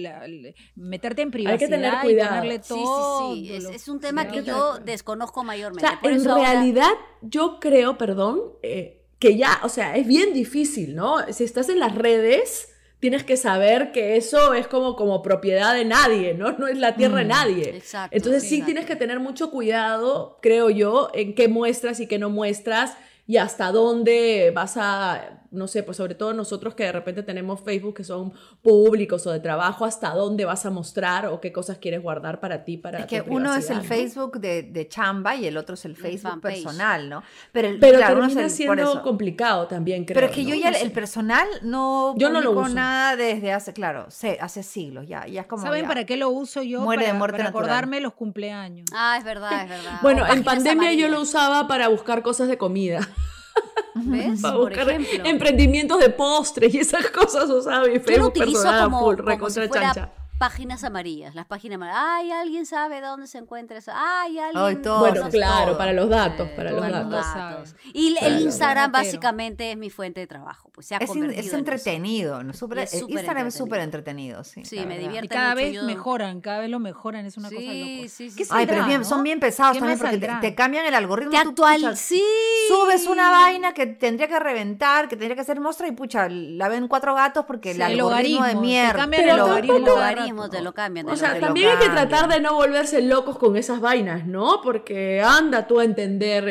meterte en privacidad que tener y cuidado. ponerle todo. Sí. Es un tema que Sí. yo desconozco O mayormente. sea, Por en eso ahora- realidad yo creo, perdón, que ya, o sea, es bien difícil, ¿no? Si estás en las redes, tienes que saber que eso es como propiedad de nadie, ¿no? No es la tierra de nadie. Exacto, Entonces sí exacto. tienes que tener mucho cuidado, creo yo, en qué muestras y qué no muestras y hasta dónde vas a, no sé, pues sobre todo nosotros que de repente tenemos Facebook que son públicos o de trabajo, hasta dónde vas a mostrar o qué cosas quieres guardar para ti, para Es que tu uno es el privacidad, ¿no? Facebook de chamba y el otro es el Facebook fanpage. personal, ¿no? Pero Pero claro, uno es termina por siendo eso. complicado también, creo. Pero es que ¿no? yo ya No sé. el personal no Yo no lo publico uso. nada desde hace, claro, hace siglos ya es como ¿Saben ya. para qué lo uso yo? Muere de para, muerte para natural. acordarme los cumpleaños. Ah, es verdad, es verdad. Bueno, O en páginas pandemia yo lo amarillas. usaba para buscar cosas de comida. ¿Ves? Para Por buscar ejemplo. emprendimientos de postres y esas cosas usaba mi Yo lo Facebook utilizo personal a como full, si recontra fuera chancha. páginas amarillas, las páginas amarillas. Ay, ¿alguien sabe dónde se encuentra eso? Ay, Ay, alguien... todo, Bueno, es claro, todo. para los datos, para todo los el mundo datos. sabe. Y Claro. el Instagram Ratero. básicamente es mi fuente de trabajo. Pues se ha Es convertido en eso. entretenido, ¿no? Y es súper Instagram es entretenido. súper entretenido, sí. Sí, la me verdad. divierte Y cada mucho, vez yo- mejoran, cada vez lo mejoran, es una cosa Sí, loca. sí, sí. ¿Qué sí. Ay, pero saldrá, bien, no? son bien pesados ¿Qué también más porque saldrá? te cambian el algoritmo. Te tú, actual... pucha, Sí. subes una vaina que tendría que reventar, que tendría que ser monstruo y pucha, la ven 4 gatos porque el Sí. El algoritmo de logaritmo, te mierda. cambian Pero el logaritmo. El tampoco- cada logaritmo rato. te lo cambian. O el sea, logaritmo. también hay que cambian. tratar de no volverse locos con esas vainas, ¿no? Porque anda tú a entender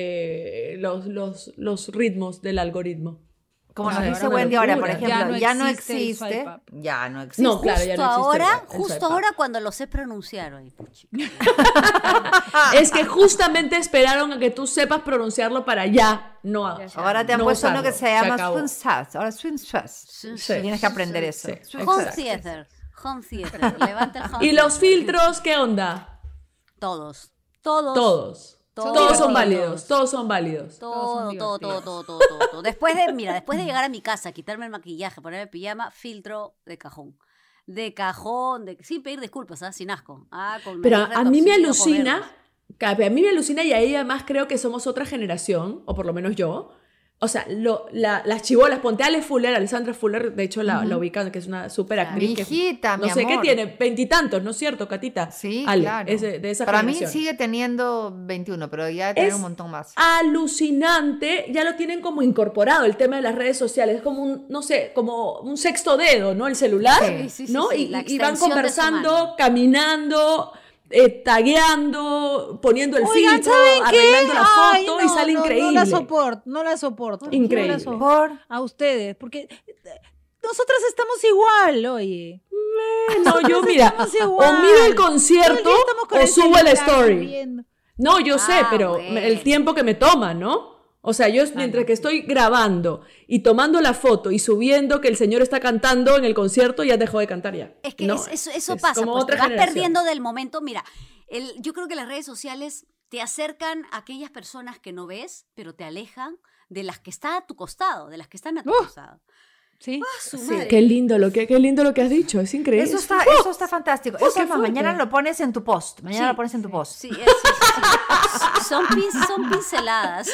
los ritmos del algoritmo. Como O nos sea, dice una Wendy ahora, por locura. ejemplo, ya no existe el existe. swipe up. Ya no existe. No, claro, ya no existe el swipe Justo up. ahora cuando lo sé pronunciar. Ay, puchi. Es que justamente esperaron a que tú sepas pronunciarlo para ya no Ahora te han no puesto uno usarlo. que se llama acabó. Swing Ahora Swing Sí, sí. Tienes que aprender eso. sí. Home Exacto. theater. Home theater. Levanta el home ¿Y los theater. filtros qué onda? Todos. Todos. Todos Todos son divertidos. válidos. Todos son válidos. Todo, son todo, todo, divertidos. todo, todo, todo, todo. Después de llegar a mi casa, quitarme el maquillaje, ponerme pijama, filtro de cajón. Sin pedir disculpas, sin asco. Con Pero nariz a mí me retorcida, ojos alucina, verdes. a mí me alucina y ahí además creo que somos otra generación, o por lo menos yo. O sea, las chibolas, ponte a Ale Fuller, Alessandra Fuller, de hecho la ubican, que es una súper actriz. Hijita, No mi sé qué amor. tiene, 20 y tantos, ¿no es cierto, Catita? Sí, Ale, claro. es de esa Para mí generación. sigue teniendo 21, pero ya debe tener Es un montón más. alucinante, ya lo tienen como incorporado el tema de las redes sociales, es como un, no sé, como un sexto dedo, ¿no? El celular, Sí, sí, sí, ¿no? sí, la Y van extensión de su conversando, mano. caminando, tagueando, poniendo el Oigan, filtro, ¿saben qué? arreglando la foto Ay, y sale increíble. No la soporto, no la soporto. Increíble. No la soporto. Por A ustedes, porque nosotras estamos igual, oye. No, yo mira, Estamos o igual. miro el Todo concierto el día estamos con o el subo el celular story. viendo. No, yo sé, pero bueno. el tiempo que me toma, ¿no? O sea, yo mientras que estoy grabando y tomando la foto y subiendo que el señor está cantando en el concierto, ya dejó de cantar ya. Es que No, eso es pasa, como pues te otra vas generación. perdiendo del momento. Mira, yo creo que las redes sociales te acercan a aquellas personas que no ves, pero te alejan de las que están a tu costado, de las que están a tu costado. Sí. Su Sí, madre. qué lindo lo que has dicho, es increíble. eso está fantástico. Eso qué es más, fuerte. mañana lo pones en tu post. Mañana Sí, lo pones en tu post. Sí, Son pinceladas.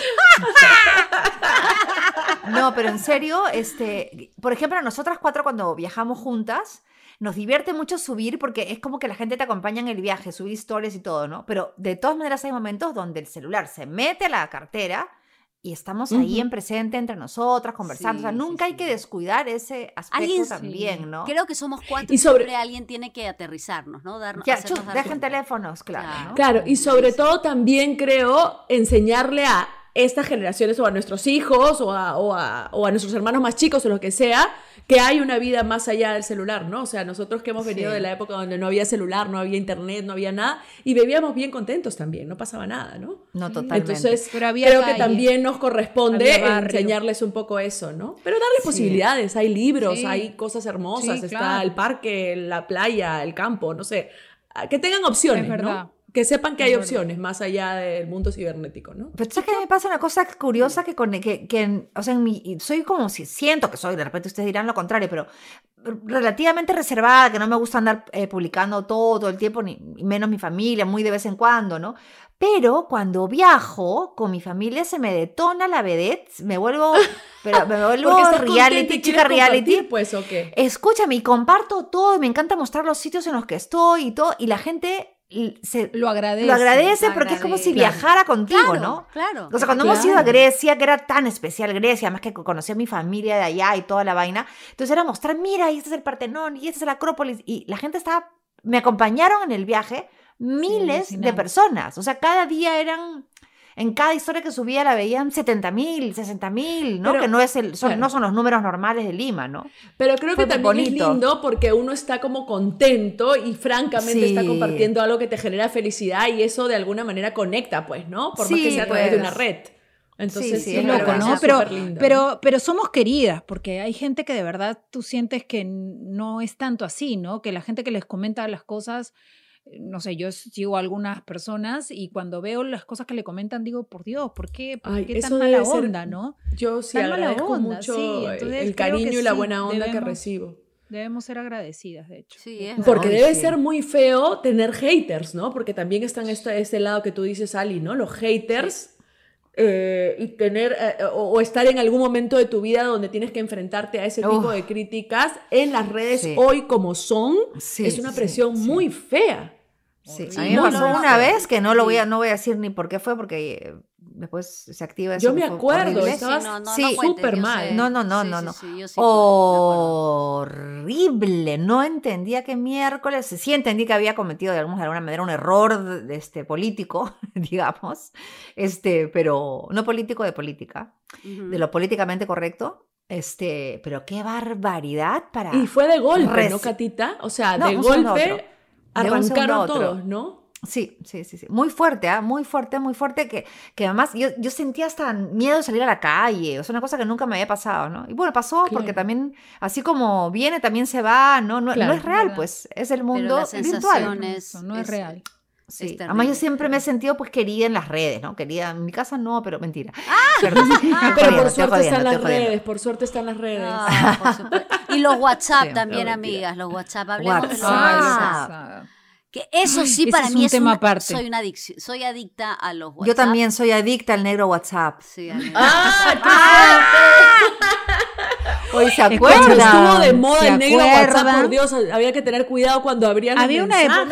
No, pero en serio, por ejemplo, a nosotras 4 cuando viajamos juntas, nos divierte mucho subir porque es como que la gente te acompaña en el viaje, subir historias y todo, ¿no? Pero de todas maneras hay momentos donde el celular se mete a la cartera y estamos ahí en presente entre nosotras, conversando. Sí, o sea, nunca sí, hay que sí. descuidar ese aspecto Alguien- también, ¿no? Creo que somos 4 Y y sobre- siempre alguien tiene que aterrizarnos, ¿no? Ya, Hacernos dar dejen cuenta. teléfonos, claro, Claro. ¿no? Claro, y sobre todo también creo enseñarle a estas generaciones o a nuestros hijos o a nuestros hermanos más chicos o lo que sea, que hay una vida más allá del celular, ¿no? O sea, nosotros que hemos venido Sí. de la época donde no había celular, no había internet, no había nada, y vivíamos bien contentos también, no pasaba nada, ¿no? No, totalmente. Entonces, Pero había creo que calle, también nos corresponde había barrio. enseñarles un poco eso, ¿no? Pero darles posibilidades, hay libros, Sí. hay cosas hermosas, Sí, está claro. el parque, la playa, el campo, no sé, que tengan opciones, Es verdad. ¿no? Que sepan que Es hay verdad. opciones más allá del mundo cibernético, ¿no? Pero ¿sabes qué me pasa? Una cosa curiosa o sea, soy como si siento que soy, de repente ustedes dirán lo contrario, pero relativamente reservada, que no me gusta andar publicando todo el tiempo, ni menos mi familia, muy de vez en cuando, ¿no? Pero cuando viajo con mi familia se me detona la vedette, me vuelvo Porque estás contenta reality, y chica quieres reality. compartir, pues, ¿o qué? Escúchame, y comparto todo, y me encanta mostrar los sitios en los que estoy y todo, y la gente Lo agradece. lo agradece porque es como si Claro. viajara contigo, Claro, ¿no? claro. O sea, cuando hemos ido a Claro. Grecia, que era tan especial Grecia, además que conocí a mi familia de allá y toda la vaina, entonces era mostrar, mira, y este es el Partenón, y este es la Acrópolis, y la gente estaba, me acompañaron en el viaje miles de alucinante. personas, o sea, cada día eran, en cada historia que subía la veían 70.000, 60.000, ¿no? Pero, que no claro. no son los números normales de Lima, ¿no? Pero creo que Fue también bonito. es lindo porque uno está como contento y francamente Sí. está compartiendo algo que te genera felicidad y eso de alguna manera conecta, pues, ¿no? Por más Sí, que sea a través de pues. una red. Entonces, Sí, Sí, es loco, verdad, ¿no? eso es Pero, superlindo, ¿no? pero somos queridas, porque hay gente que de verdad tú sientes que no es tanto así, ¿no? Que la gente que les comenta las cosas, no sé, yo sigo a algunas personas y cuando veo las cosas que le comentan digo, por Dios, ¿por qué Ay, tan eso mala debe ser- onda, no? Yo sí tan mala agradezco onda, mucho sí, entonces el creo que cariño y la sí, buena onda que debemos- recibo. Debemos ser agradecidas, de hecho. Sí, es Porque Ay, debe sí. ser muy feo tener haters, ¿no? Porque también están este lado que tú dices, Ali, ¿no? Los haters. Y tener o estar en algún momento de tu vida donde tienes que enfrentarte a ese tipo Uf. de críticas en las redes Sí. hoy como son, Sí, es una sí, presión sí. muy fea. Sí, Horrible. a mí me No, pasó no, una no. vez que no Sí. no voy a decir ni por qué fue, porque después se activa eso. Yo me que fue acuerdo, horrible. estaba Sí. súper mal. No, no, no, Sí, no, sí, no. sí, yo sí fue, me acuerdo. Horrible, no entendía qué miércoles, sí entendí que había cometido de alguna manera un error político, digamos, pero no político de política, Ujú. de lo políticamente correcto, pero qué barbaridad para... Y fue de golpe, Res- ¿no, Catita? O sea, No, de un segundo a otro. golpe De un segundo a arrancaron otro. todos, ¿no? Sí, sí, sí, sí. Muy fuerte, muy fuerte, muy fuerte, que además yo sentía hasta miedo de salir a la calle, o sea, una cosa que nunca me había pasado, ¿no? Y bueno, pasó porque Claro. también, así como viene, también se va, ¿no? No, Claro, no es real, verdad. pues, es el Pero mundo la virtual. sensación es... Eso no es real. Sí. es Además, yo terrible. siempre me he sentido, pues, querida en las redes, ¿no? Querida en mi casa no, pero mentira. Ah, Perdón. Pero por Estoy suerte jodiendo, están las estoy jodiendo. redes, por suerte están las redes. Ah, por supuesto. Y los WhatsApp Sí. también, No, mentira. amigas, los WhatsApp. Hablemos de los WhatsApp. Ay, lo WhatsApp. pasado. Que eso sí Ese para es mí un es tema una... aparte. Soy una adicción, soy adicta a los WhatsApp. Yo también soy adicta al negro WhatsApp. Sí, amiga. Hoy se Es Cuando acuerdan. estuvo de moda ¿Se el negro WhatsApp, acuerdan? por Dios, había que tener cuidado cuando abrían los Había una época, mensajes.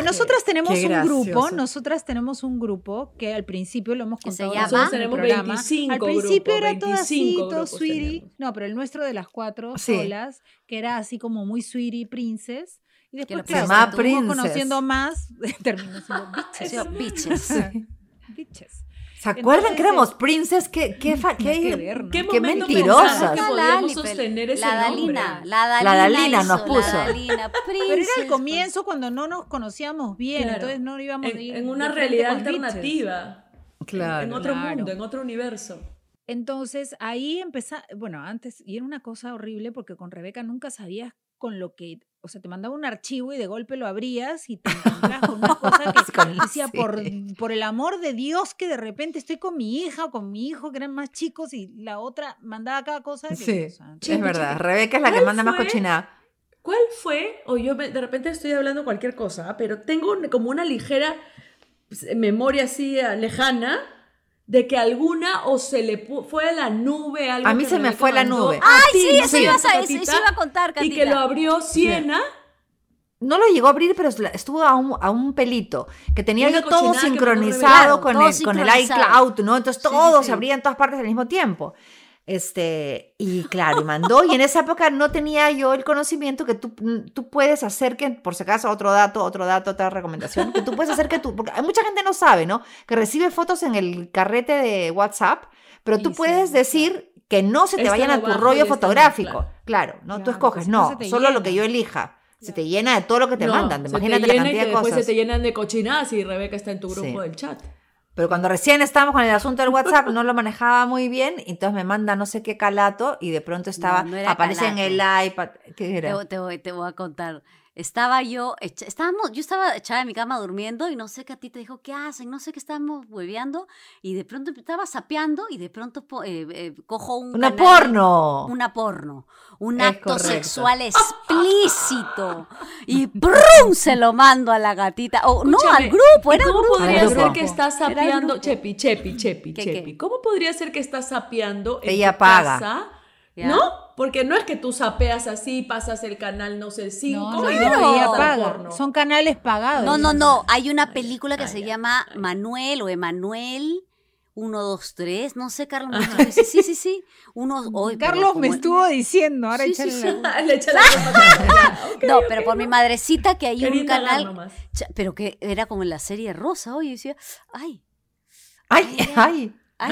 nosotras tenemos un grupo que al principio lo hemos Que se contado llama- nosotros en el Tenemos programa. 25 Al principio grupos, era todo así, 25 todo grupos sweetie. tenemos. No, pero el nuestro de las 4 Sí. solas, que era así como muy sweetie princess. Y después, lo claro, llamaba cuando fuimos princess. conociendo más, terminó siendo Sí, bitches. bitches. Bitches. ¿Se acuerdan que Entonces, éramos princess? ¿Qué nada que ver, ¿no? ¿Qué Qué momento mentirosas. pensaban que La podíamos Dali, sostener ese la nombre? Dalina, La Dalina hizo, nos puso. La Dalina, Pero era princess, el comienzo cuando no nos conocíamos bien, Claro. entonces no íbamos a ir En una de frente realidad con bitches. alternativa. Claro. En otro Claro. mundo, en otro universo. Entonces ahí bueno, antes, y era una cosa horrible porque con Rebeca nunca sabías con lo que, o sea, te mandaba un archivo y de golpe lo abrías y te encontrabas con una cosa que decía, Sí. por el amor de Dios, que de repente estoy con mi hija o con mi hijo, que eran más chicos, y la otra mandaba cada cosa. Que, Sí, o sea, es verdad. Rebeca es la que ¿Cuál manda más fue? cochinada. ¿Cuál fue? O de repente estoy hablando cualquier cosa, pero tengo como una ligera memoria así lejana de que alguna o se le fue a la nube algo A mí que se me Rebeca fue la mandó nube. a Ay, ti, sí, ¿no? eso Sí, iba a Catita, eso iba a contar, y Catita. que lo abrió Siena. No lo llegó a abrir, pero estuvo a un pelito. Que tenía Una yo todo cochinada que sincronizado mandó con Rebeca. el, Todo con el sincronizado. iCloud, ¿no? Entonces Sí, todo sí. se abría en todas partes al mismo tiempo. Y claro, y mandó, y en esa época no tenía yo el conocimiento que tú puedes hacer que, por si acaso, otro dato, otra recomendación, que tú puedes hacer que porque hay mucha gente no sabe, ¿no? Que recibe fotos en el carrete de WhatsApp, pero tú Y puedes sí, decir que no se te Esta vayan lo a tu bajo y rollo esta no, fotográfico. Claro, ¿no? Tú Claro, escoges, porque si no no, se te solo lo llena. que yo elija. Se te llena de todo lo que te No, mandan. se Imagínate te la llena y cantidad que de después cosas. se te llenan de cochinadas y Rebeca está en tu grupo Sí. del chat. Pero cuando recién estábamos con el asunto del WhatsApp, no lo manejaba muy bien, entonces me manda no sé qué calato y de pronto estaba, No era aparece en el iPad. ¿Qué era? Te voy a contar. Estaba yo estaba echada en mi cama durmiendo y no sé qué a ti te dijo, ¿qué hacen? No sé qué estábamos hueveando y de pronto estaba sapeando y de pronto cojo un Una canal de- porno. Una porno. Un Es acto correcto. sexual explícito. Y ¡brum! Se lo mando a la gatita. O no, Escúchame, al grupo, ¿y era ¿Cómo grupo. podría Al ser grupo. que estás Era el sapeando? grupo. Chepi. ¿Qué? ¿Cómo podría ser que estás sapeando en Ella tu paga. casa? Ya. ¿No? Porque no es que tú sapeas así, pasas el canal, no sé, el 5. no, Claro. ella paga. Son canales pagados. No. Hay una película que se llama Manuel o Emanuel. 1, 2, 3. No sé, Carlos. me estuvo diciendo- Sí. Carlos me estuvo diciendo, ahora Sí, échale sí, la sí. culpa. Le echa la culpa. Ok, No, ok, pero por mi madrecita que hay Quería un indagar canal. nomás. Pero que era como en la serie Rosa. Oye, decía, ay. Ay.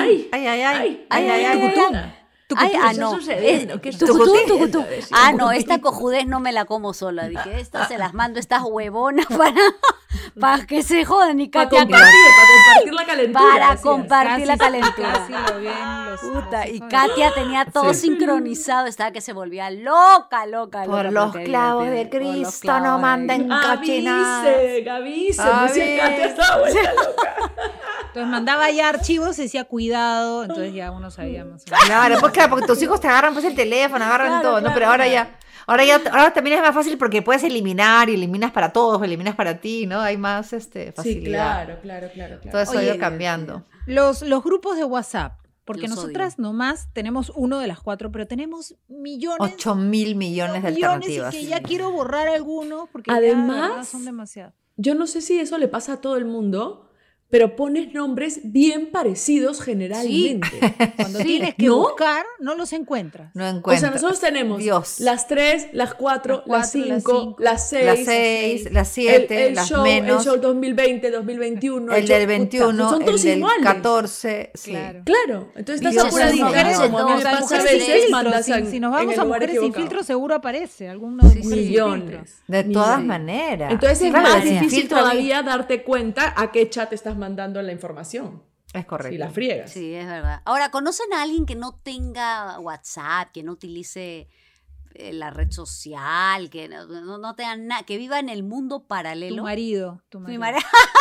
Ay, ¿qué ah, está no. sucediendo? ¿Qué está Tucutún, sucediendo? tucutún. Decía, Ah, no, tucutín. esta cojudez no me la como sola. Dije, estas se las mando a estas huevonas para que se jodan y Para Katia compartir la calentura. para decías. compartir la calentura. Casi lo ven los Puta, y hijos de- Katia tenía todo Sí. sincronizado, estaba que se volvía loca. Por los clavos de Cristo no manden cochinadas. Avisen, decía Katia, estaba vuelta loca. Entonces mandaba ya archivos y decía cuidado, entonces ya uno sabía más o menos. Claro, pues claro, porque tus hijos te agarran pues el teléfono, agarran todo, ¿no? Pero ahora también es más fácil porque puedes eliminar y eliminas para todos, eliminas para ti, ¿no? Hay más facilidad. Sí, claro. Todo eso ha Oye, ido cambiando. Los grupos de WhatsApp, porque Los nosotras nomás tenemos uno de las 4, pero tenemos millones. 8.000 millones de alternativas. Y que ya quiero borrar algunos porque Además, ya, de verdad, son demasiados. Yo no sé si eso le pasa a todo el mundo, pero pones nombres bien parecidos generalmente. Cuando tienes que ¿no? buscar, no los encuentras. No O encuentro. sea, nosotros tenemos Dios. las 3, las 4, las 5, cinco, las 6, Las 6, las 7, las show, menos. el show 2020, 2021. El show- del 21, son todos el del iguales. 14. Sí. Claro. Claro, entonces estás Dios, apuradita, mujeres, como a mí me o sea, pasa a mujeres sin veces, filtro, mandas si nos en vamos el a lugar mujeres sin equivocado. filtro, seguro aparece alguno de mujeres sin filtro. Millones. De todas Millones. maneras. Entonces es Claro, más sin difícil filtro todavía darte cuenta a qué chat estás mandando la información. Es correcto. Si la friegas. Sí, es verdad. Ahora, ¿conocen a alguien que no tenga WhatsApp, que no utilice la red social, que no tenga nada, que viva en el mundo Tu paralelo? marido. Mi marido.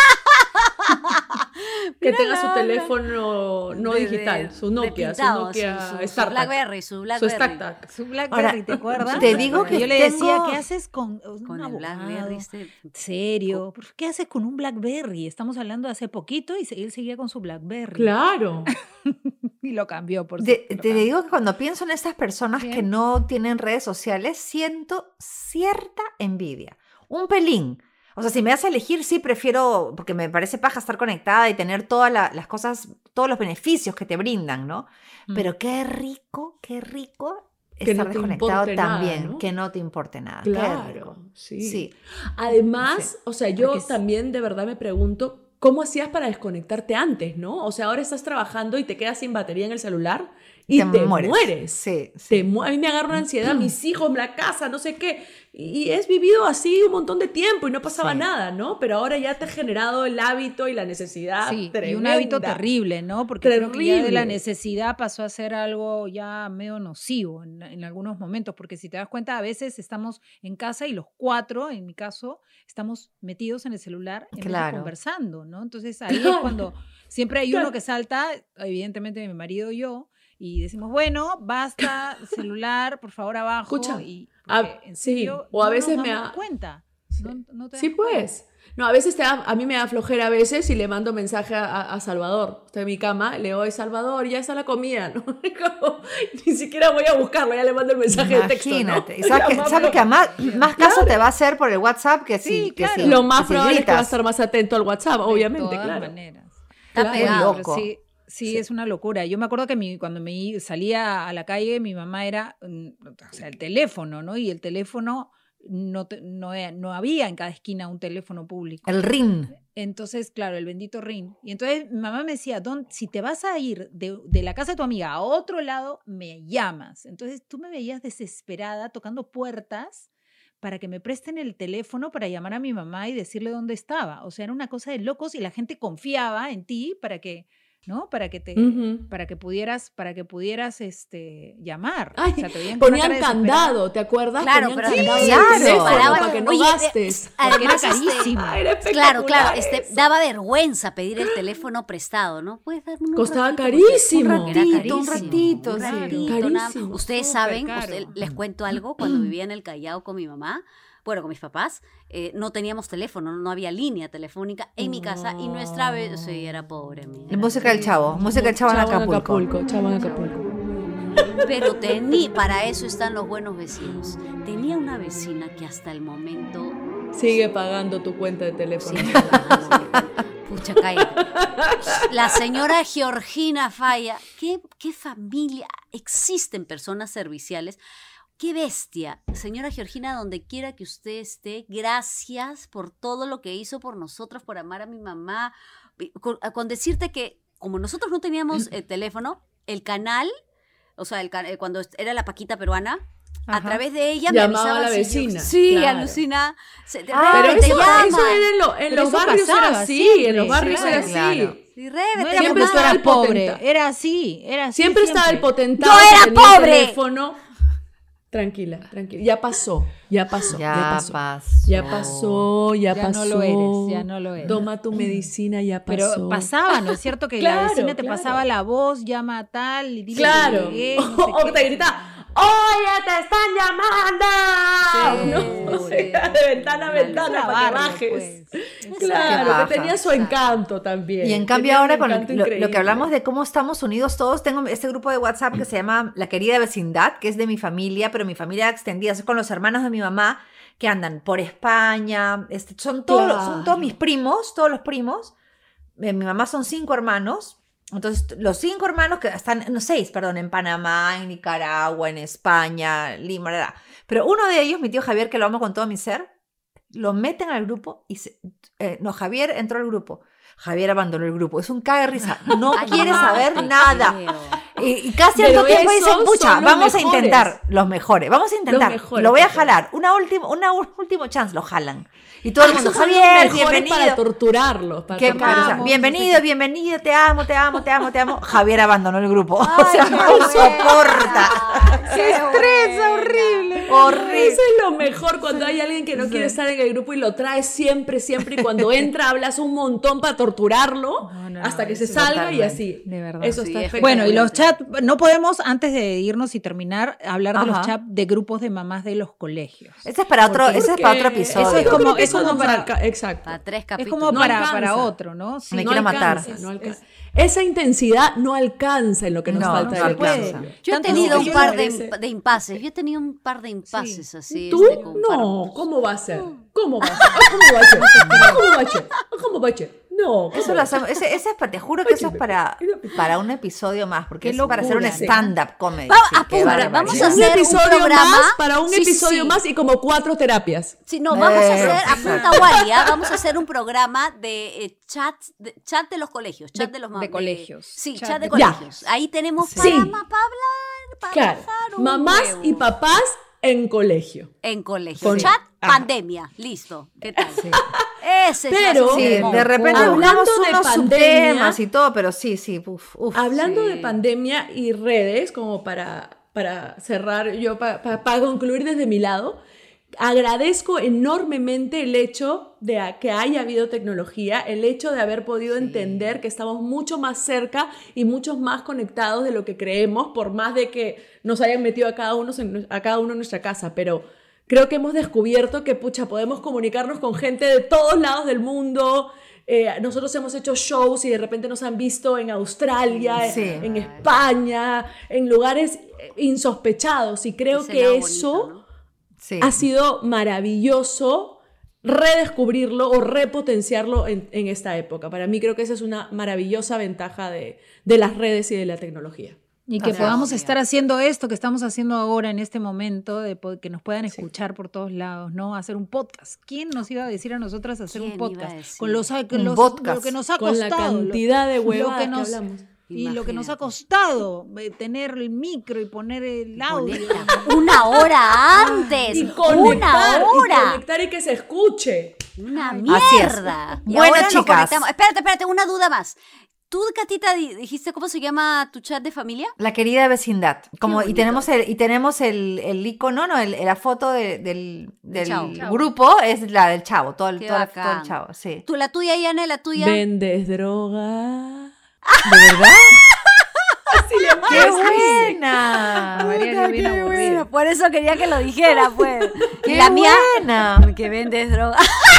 Que Mira tenga su la- teléfono no de- digital, su Nokia, su pintado, Nokia su StarTAC, Blackberry, su su Blackberry. StarTAC. Su Blackberry, Ahora, ¿te acuerdas? te digo que yo le decía, tengo- ¿qué haces con Con un el abogado? Blackberry este. ¿Serio? ¿Qué haces con un Blackberry? Estamos hablando de hace poquito y él seguía con su Blackberry. Claro. Y lo cambió, por Te supuesto. digo que cuando pienso en estas personas que Bien. no tienen redes sociales, siento cierta envidia. Un pelín. O sea, si me das a elegir, sí prefiero, porque me parece paja estar conectada y tener todas las cosas, todos los beneficios que te brindan, ¿no? Pero qué rico Que estar no te desconectado importe nada, también, ¿no? que no te importe nada. Qué rico. Claro, sí. Sí. Además, Sí. o sea, yo Porque también de verdad me pregunto, ¿cómo hacías para desconectarte antes, no? O sea, ahora estás trabajando y te quedas sin batería en el celular y te mueres. Sí, sí. A mí me agarra una ansiedad, mis hijos, la casa, no sé qué. Y he vivido así un montón de tiempo y no pasaba Sí. nada, ¿no? Pero ahora ya te ha generado el hábito y la necesidad Sí, y un tremenda. hábito terrible, ¿no? Porque creo que ya de la Terrible. necesidad pasó a ser algo ya medio nocivo en algunos momentos, porque si te das cuenta, a veces estamos en casa y los 4, en mi caso, estamos metidos en el celular en vez de Claro. conversando, ¿no? Entonces ahí Claro. es cuando siempre hay Claro. uno que salta, evidentemente mi marido y yo, y decimos, bueno, basta, celular, por favor, abajo. Escucha, y a- porque, en sí, serio, o a no veces nos me damos ha- cuenta. No te Sí, das cuenta. pues. No, a veces a mí me da flojera a veces y le mando mensaje a Salvador. Estoy en mi cama, le doy Salvador, ya está la comida, ¿no? Como, ni siquiera voy a buscarlo, ya le mando el mensaje de texto, ¿no? Imagínate. Y sabes Ya, que más caso te va a hacer por el WhatsApp que Sí, si, que claro. si- Lo que más si probable es que va a gritas. estar más atento al WhatsApp, obviamente, De todas claro. maneras. Está Claro. pegado. Loco. Sí, sí, es una locura. Yo me acuerdo que cuando salía a la calle, mi mamá era, o sea, el teléfono, ¿no? Y el teléfono no había en cada esquina un teléfono público. El ring. Entonces, claro, el bendito ring. Y entonces mi mamá me decía, si te vas a ir de la casa de tu amiga a otro lado, me llamas. Entonces tú me veías desesperada tocando puertas para que me presten el teléfono para llamar a mi mamá y decirle dónde estaba. O sea, era una cosa de locos y la gente confiaba en ti para que, ¿no? Para que Ujú. para que pudieras llamar. Ay, O sea, te veían con una ponían cara desesperada. candado, ¿te acuerdas? Claro, Ponían pero candado en el claro. teléfono Paraban- para que no Oye, gastes. Además, era este, carísimo. Ah, era claro, espectacular eso. daba vergüenza pedir el teléfono prestado, ¿no? Puedes darme un Costaba ratito, carísimo. porque era Un carísimo, ratito, un sí. ratito, nada. Carísimo. Ustedes Súper saben, caro. les cuento algo, cuando vivía en el Callao con mi mamá, bueno, con mis papás, no teníamos teléfono, no había línea telefónica en mi casa y nuestra vez, sí, era pobre, mía. La música del chavo. Música del chavo en Acapulco. Chavo en Acapulco. Pero para eso están los buenos vecinos. Tenía una vecina que hasta el momento Sigue pagando tu cuenta de teléfono. sí, pucha, cállate. La señora Georgina Falla, ¿qué familia? Existen personas serviciales. ¡Qué bestia! Señora Georgina, donde quiera que usted esté, gracias por todo lo que hizo por nosotros, por amar a mi mamá. Con decirte que, como nosotros no teníamos el teléfono, el canal, o sea, cuando era la Paquita peruana, a Ajá. través de ella Llamaba me avisaba a la si yo- vecina, sí, claro. alucina. Pero Rebe, te eso llama. era en Pero los eso barrios pasaba era así, siempre, en los barrios sí, era claro. así. Sí, Rebe, No te era Siempre porque llamaba. estaba era el pobre, potenta. era así. Siempre estaba el siempre. potentado ¡No que era tenía el pobre! teléfono. Tranquila. Ya pasó. Ya pasó. Ya no lo eres, ya no lo eres. Toma tu medicina, ya pasó. Pero pasaba, ¿no es cierto? Que Claro, la vecina te claro. pasaba la voz, llama a tal, y dile Claro. que llegué, no sé O qué. te grita, ¡oye, te están llamando! Sí, ¿no? O sea, de ventana a ventana Era para que barrio, bajes. pues. Claro, Qué que tenía su paja. encanto también. Y en cambio Tenía un ahora con encanto lo que increíble. hablamos de cómo estamos unidos todos, tengo este grupo de WhatsApp que se llama La Querida Vecindad, que es de mi familia, pero mi familia extendida, es con los hermanos de mi mamá que andan por España, son todos mis primos, todos los primos. Mi mamá son 5 hermanos. Entonces, los 5 hermanos que están, no 6, perdón, en Panamá, en Nicaragua, en España, Lima, pero uno de ellos, mi tío Javier, que lo amo con todo mi ser, lo meten al grupo y Javier entró al grupo. Javier abandonó el grupo. Es un cague de risa. No Ay, quiere no, saber te nada. creo. Y cada Pero cierto tiempo esos dicen, pucha, son los vamos a mejores. intentar. Los mejores. Vamos a intentar. mejores, Lo voy a por jalar. Una último chance. Lo jalan. Y todo el mundo, Esos son los Javier, mejores bienvenido. para torturarlos. Para Qué torturarlos. cara, bienvenido, te amo. Javier abandonó el grupo. O sea, Ay, no qué soporta. ¡Qué estresa! horrible! Horrible. Eso es lo mejor cuando hay alguien que no quiere estar en el grupo y lo trae siempre. Y cuando entra hablas un montón para torturarlo hasta que se eso salga y totalmente. así. De verdad. Eso Sí, está es espectacular. Bueno, y los chats, no podemos, antes de irnos y terminar, hablar de Ajá. los chats de grupos de mamás de los colegios. Ese es para otro, Porque ese es para otro episodio. eso es Yo como- creo que es eso como no para- exacto. Para 3 Es capítulos. como No para alcanza. otro, ¿no? Sí. Me quiero matar. No alcanza. Esa intensidad no alcanza en lo que nos No, falta. no de se la puede. educación. Yo he Tanto tenido que un yo par merece. de impases. Yo he tenido un par de impases así. ¿Tú? con No, par- ¿cómo va a ser? ¿Cómo va a ser? ¿Cómo va a ser? ¿Cómo va a ser? No, Eso lo hacemos, ese es te juro que eso es para un episodio más, porque Qué es para hacer un locura, ¿no? stand-up comedy. Va, sí, qué apúrate, bárbaro. vamos a un hacer un episodio programa. más para un Sí, episodio sí. más y como 4 terapias. Sí, no, vamos a hacer, Exacto. apunta Wally, vamos a hacer un programa de chat de los colegios, chat de los de colegios. Sí, Chat chat de de- colegios. Ahí tenemos Sí. para hablar, para Claro, bajar un mamás huevo. y papás en colegio. En colegio. Con- Chat, Ajá. pandemia. Listo. ¿Qué tal? Ese Pero- se hace un Sí, temón. de repente Hablando buscamos de unos pandemia- subtemas y todo, pero sí, uf. Hablando sí. de pandemia y redes, como para cerrar, yo para concluir desde mi lado, agradezco enormemente el hecho de que haya habido tecnología, el hecho de haber podido entender que estamos mucho más cerca y mucho más conectados de lo que creemos, por más de que nos hayan metido a cada uno en nuestra casa, pero creo que hemos descubierto que, pucha, podemos comunicarnos con gente de todos lados del mundo. Nosotros hemos hecho shows y de repente nos han visto en Australia, Sí. en España, en lugares insospechados, y creo Ese que lado eso bonito, ¿no? Sí. ha sido maravilloso redescubrirlo o repotenciarlo en esta época. Para mí creo que esa es una maravillosa ventaja de las redes y de la tecnología. Y que Ajá. podamos Sí. estar haciendo esto que estamos haciendo ahora en este momento, que nos puedan escuchar por todos lados, ¿no? Hacer un podcast. ¿Quién nos iba a decir a nosotras hacer un ¿Quién iba a podcast? decir? Con Un podcast. lo que nos ha Con la costado. cantidad de lo huevadas que que nos- hablamos. Y lo que nos ha Imagínate. costado tener el micro y poner el audio. Una hora antes. Y una hora. conectar y que se escuche. Una Así es. mierda. Y Bueno, ahora nos chicas. conectamos. Espérate, una duda más. Tú, Catita, dijiste cómo se llama tu chat de familia. La Querida Vecindad. Como, y bonito. tenemos el icono, ¿no? La foto del Chavo. grupo es la del chavo, todo el Qué todo el bacán. chavo, sí. Tú, la tuya, Yane, la tuya. ¿Vendes droga? ¿De verdad? ¡Qué ¡Qué buena! María, bien aburrida. Por eso quería que lo dijera, pues. ¡Qué Y la mía, buena! que vendes droga.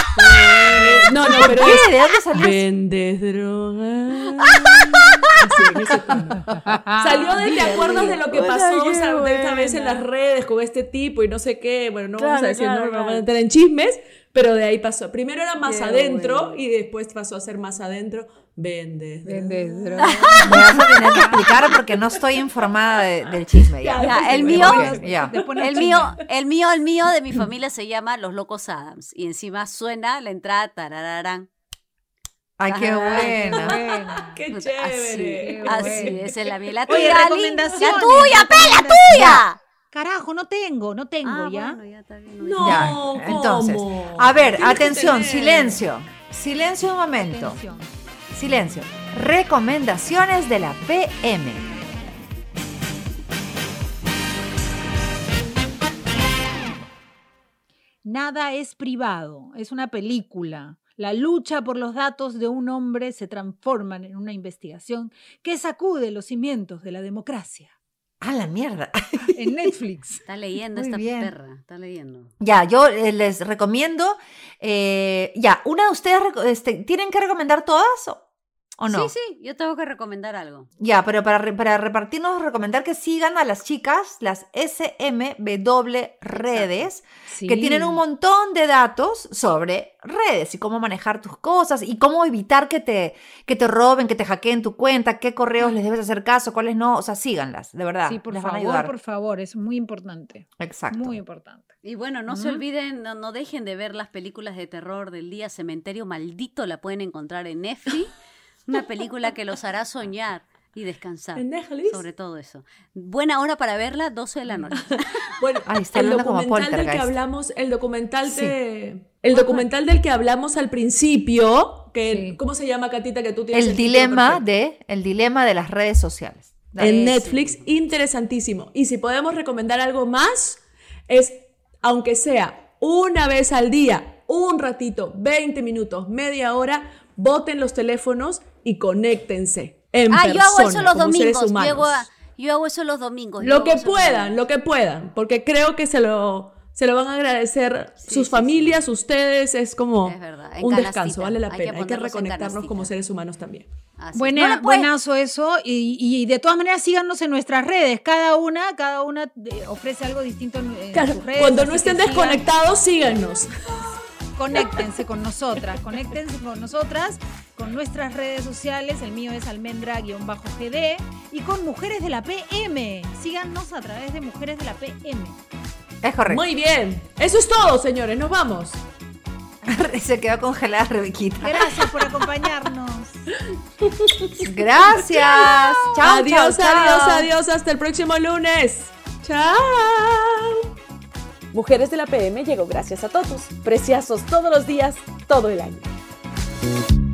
No, pero ¿Qué? es... ¿De dónde salió? ¿Vendes droga? Así, en ese tono. Salió de, ¿te acuerdas de lo que pasó esta vez en las redes con este tipo y no sé qué? Bueno, no vamos a decir, no vamos a entrar en chismes, pero de ahí pasó. Primero era más adentro y después pasó a ser más adentro. Vendes droga. Vendes droga. Me vas a tener que explicar porque no estoy informada del chisme ya. Ya, el me mío, pones- Ya. Te pones el mío de mi familia se llama Los Locos Adams. Y encima suena la entrada tarararán. Ay, qué buena. Buena. ¡Qué Así, chévere! así, esa es la mía. La Oye, tuya, Ali. recomendaciones. La tuya, la tuya. Carajo, no tengo, Ah, ¿ya? bueno, ya está bien. No, Ya, ¿cómo? entonces, a ver, Tienes que atención, tener- silencio. Silencio un momento. Atención. Silencio. Recomendaciones de la PM. Nada es privado, es una película. La lucha por los datos de un hombre se transforma en una investigación que sacude los cimientos de la democracia. ¡Ah, la mierda! En Netflix. Está leyendo Muy esta bien. perra, está leyendo. Ya, yo les recomiendo. Una de ustedes tienen que recomendar todas o no. Sí, yo tengo que recomendar algo. Ya, pero para repartirnos, recomendar que sigan a las chicas, las SMW redes, Sí. que tienen un montón de datos sobre redes y cómo manejar tus cosas y cómo evitar que te roben, que te hackeen tu cuenta, qué correos les debes hacer caso, cuáles no. O sea, síganlas, de verdad. Sí, por les van a ayudar. favor, es muy importante. Exacto. Muy importante. Y bueno, no se olviden, no dejen de ver las películas de terror del día Cementerio Maldito, la pueden encontrar en Netflix. Una película que los hará soñar y descansar. ¿En Netflix? Sobre todo eso. Buena hora para verla, 12 de la noche. Bueno, Ahí está el hablando como documental del que Poltergeist. hablamos, el documental del que hablamos al principio, que Sí. ¿cómo se llama, Catita, que tú tienes El título dilema perfecto? de las redes sociales. En Netflix, interesantísimo. Y si podemos recomendar algo más, es, aunque sea una vez al día, un ratito, 20 minutos, media hora, boten los teléfonos y conéctense en persona, yo hago eso los como seres domingos. humanos. Yo hago eso los domingos. Lo que puedan, porque creo que se lo van a agradecer sus familias, ustedes, es como Es verdad, en un canastita. descanso, vale la Hay que pena, hay que ponerlos en reconectarnos canastita. como seres humanos también. Así es. No le puedes- Buenazo eso, y de todas maneras síganos en nuestras redes, cada una ofrece algo distinto en Claro, sus redes. cuando así no que estén sigan. desconectados, síganos. Conéctense con nosotras, con nuestras redes sociales. El mío es almendra-gd y con Mujeres de la PM. Síganos a través de Mujeres de la PM. Es correcto. Muy bien, eso es todo, señores, nos vamos. Se quedó congelada Rebequita. Gracias por acompañarnos. Gracias. Chao, Adiós, chao, chao. adiós, hasta el próximo lunes. Chao. Mujeres de la PM llegó gracias a Totus, preciosos todos los días, todo el año.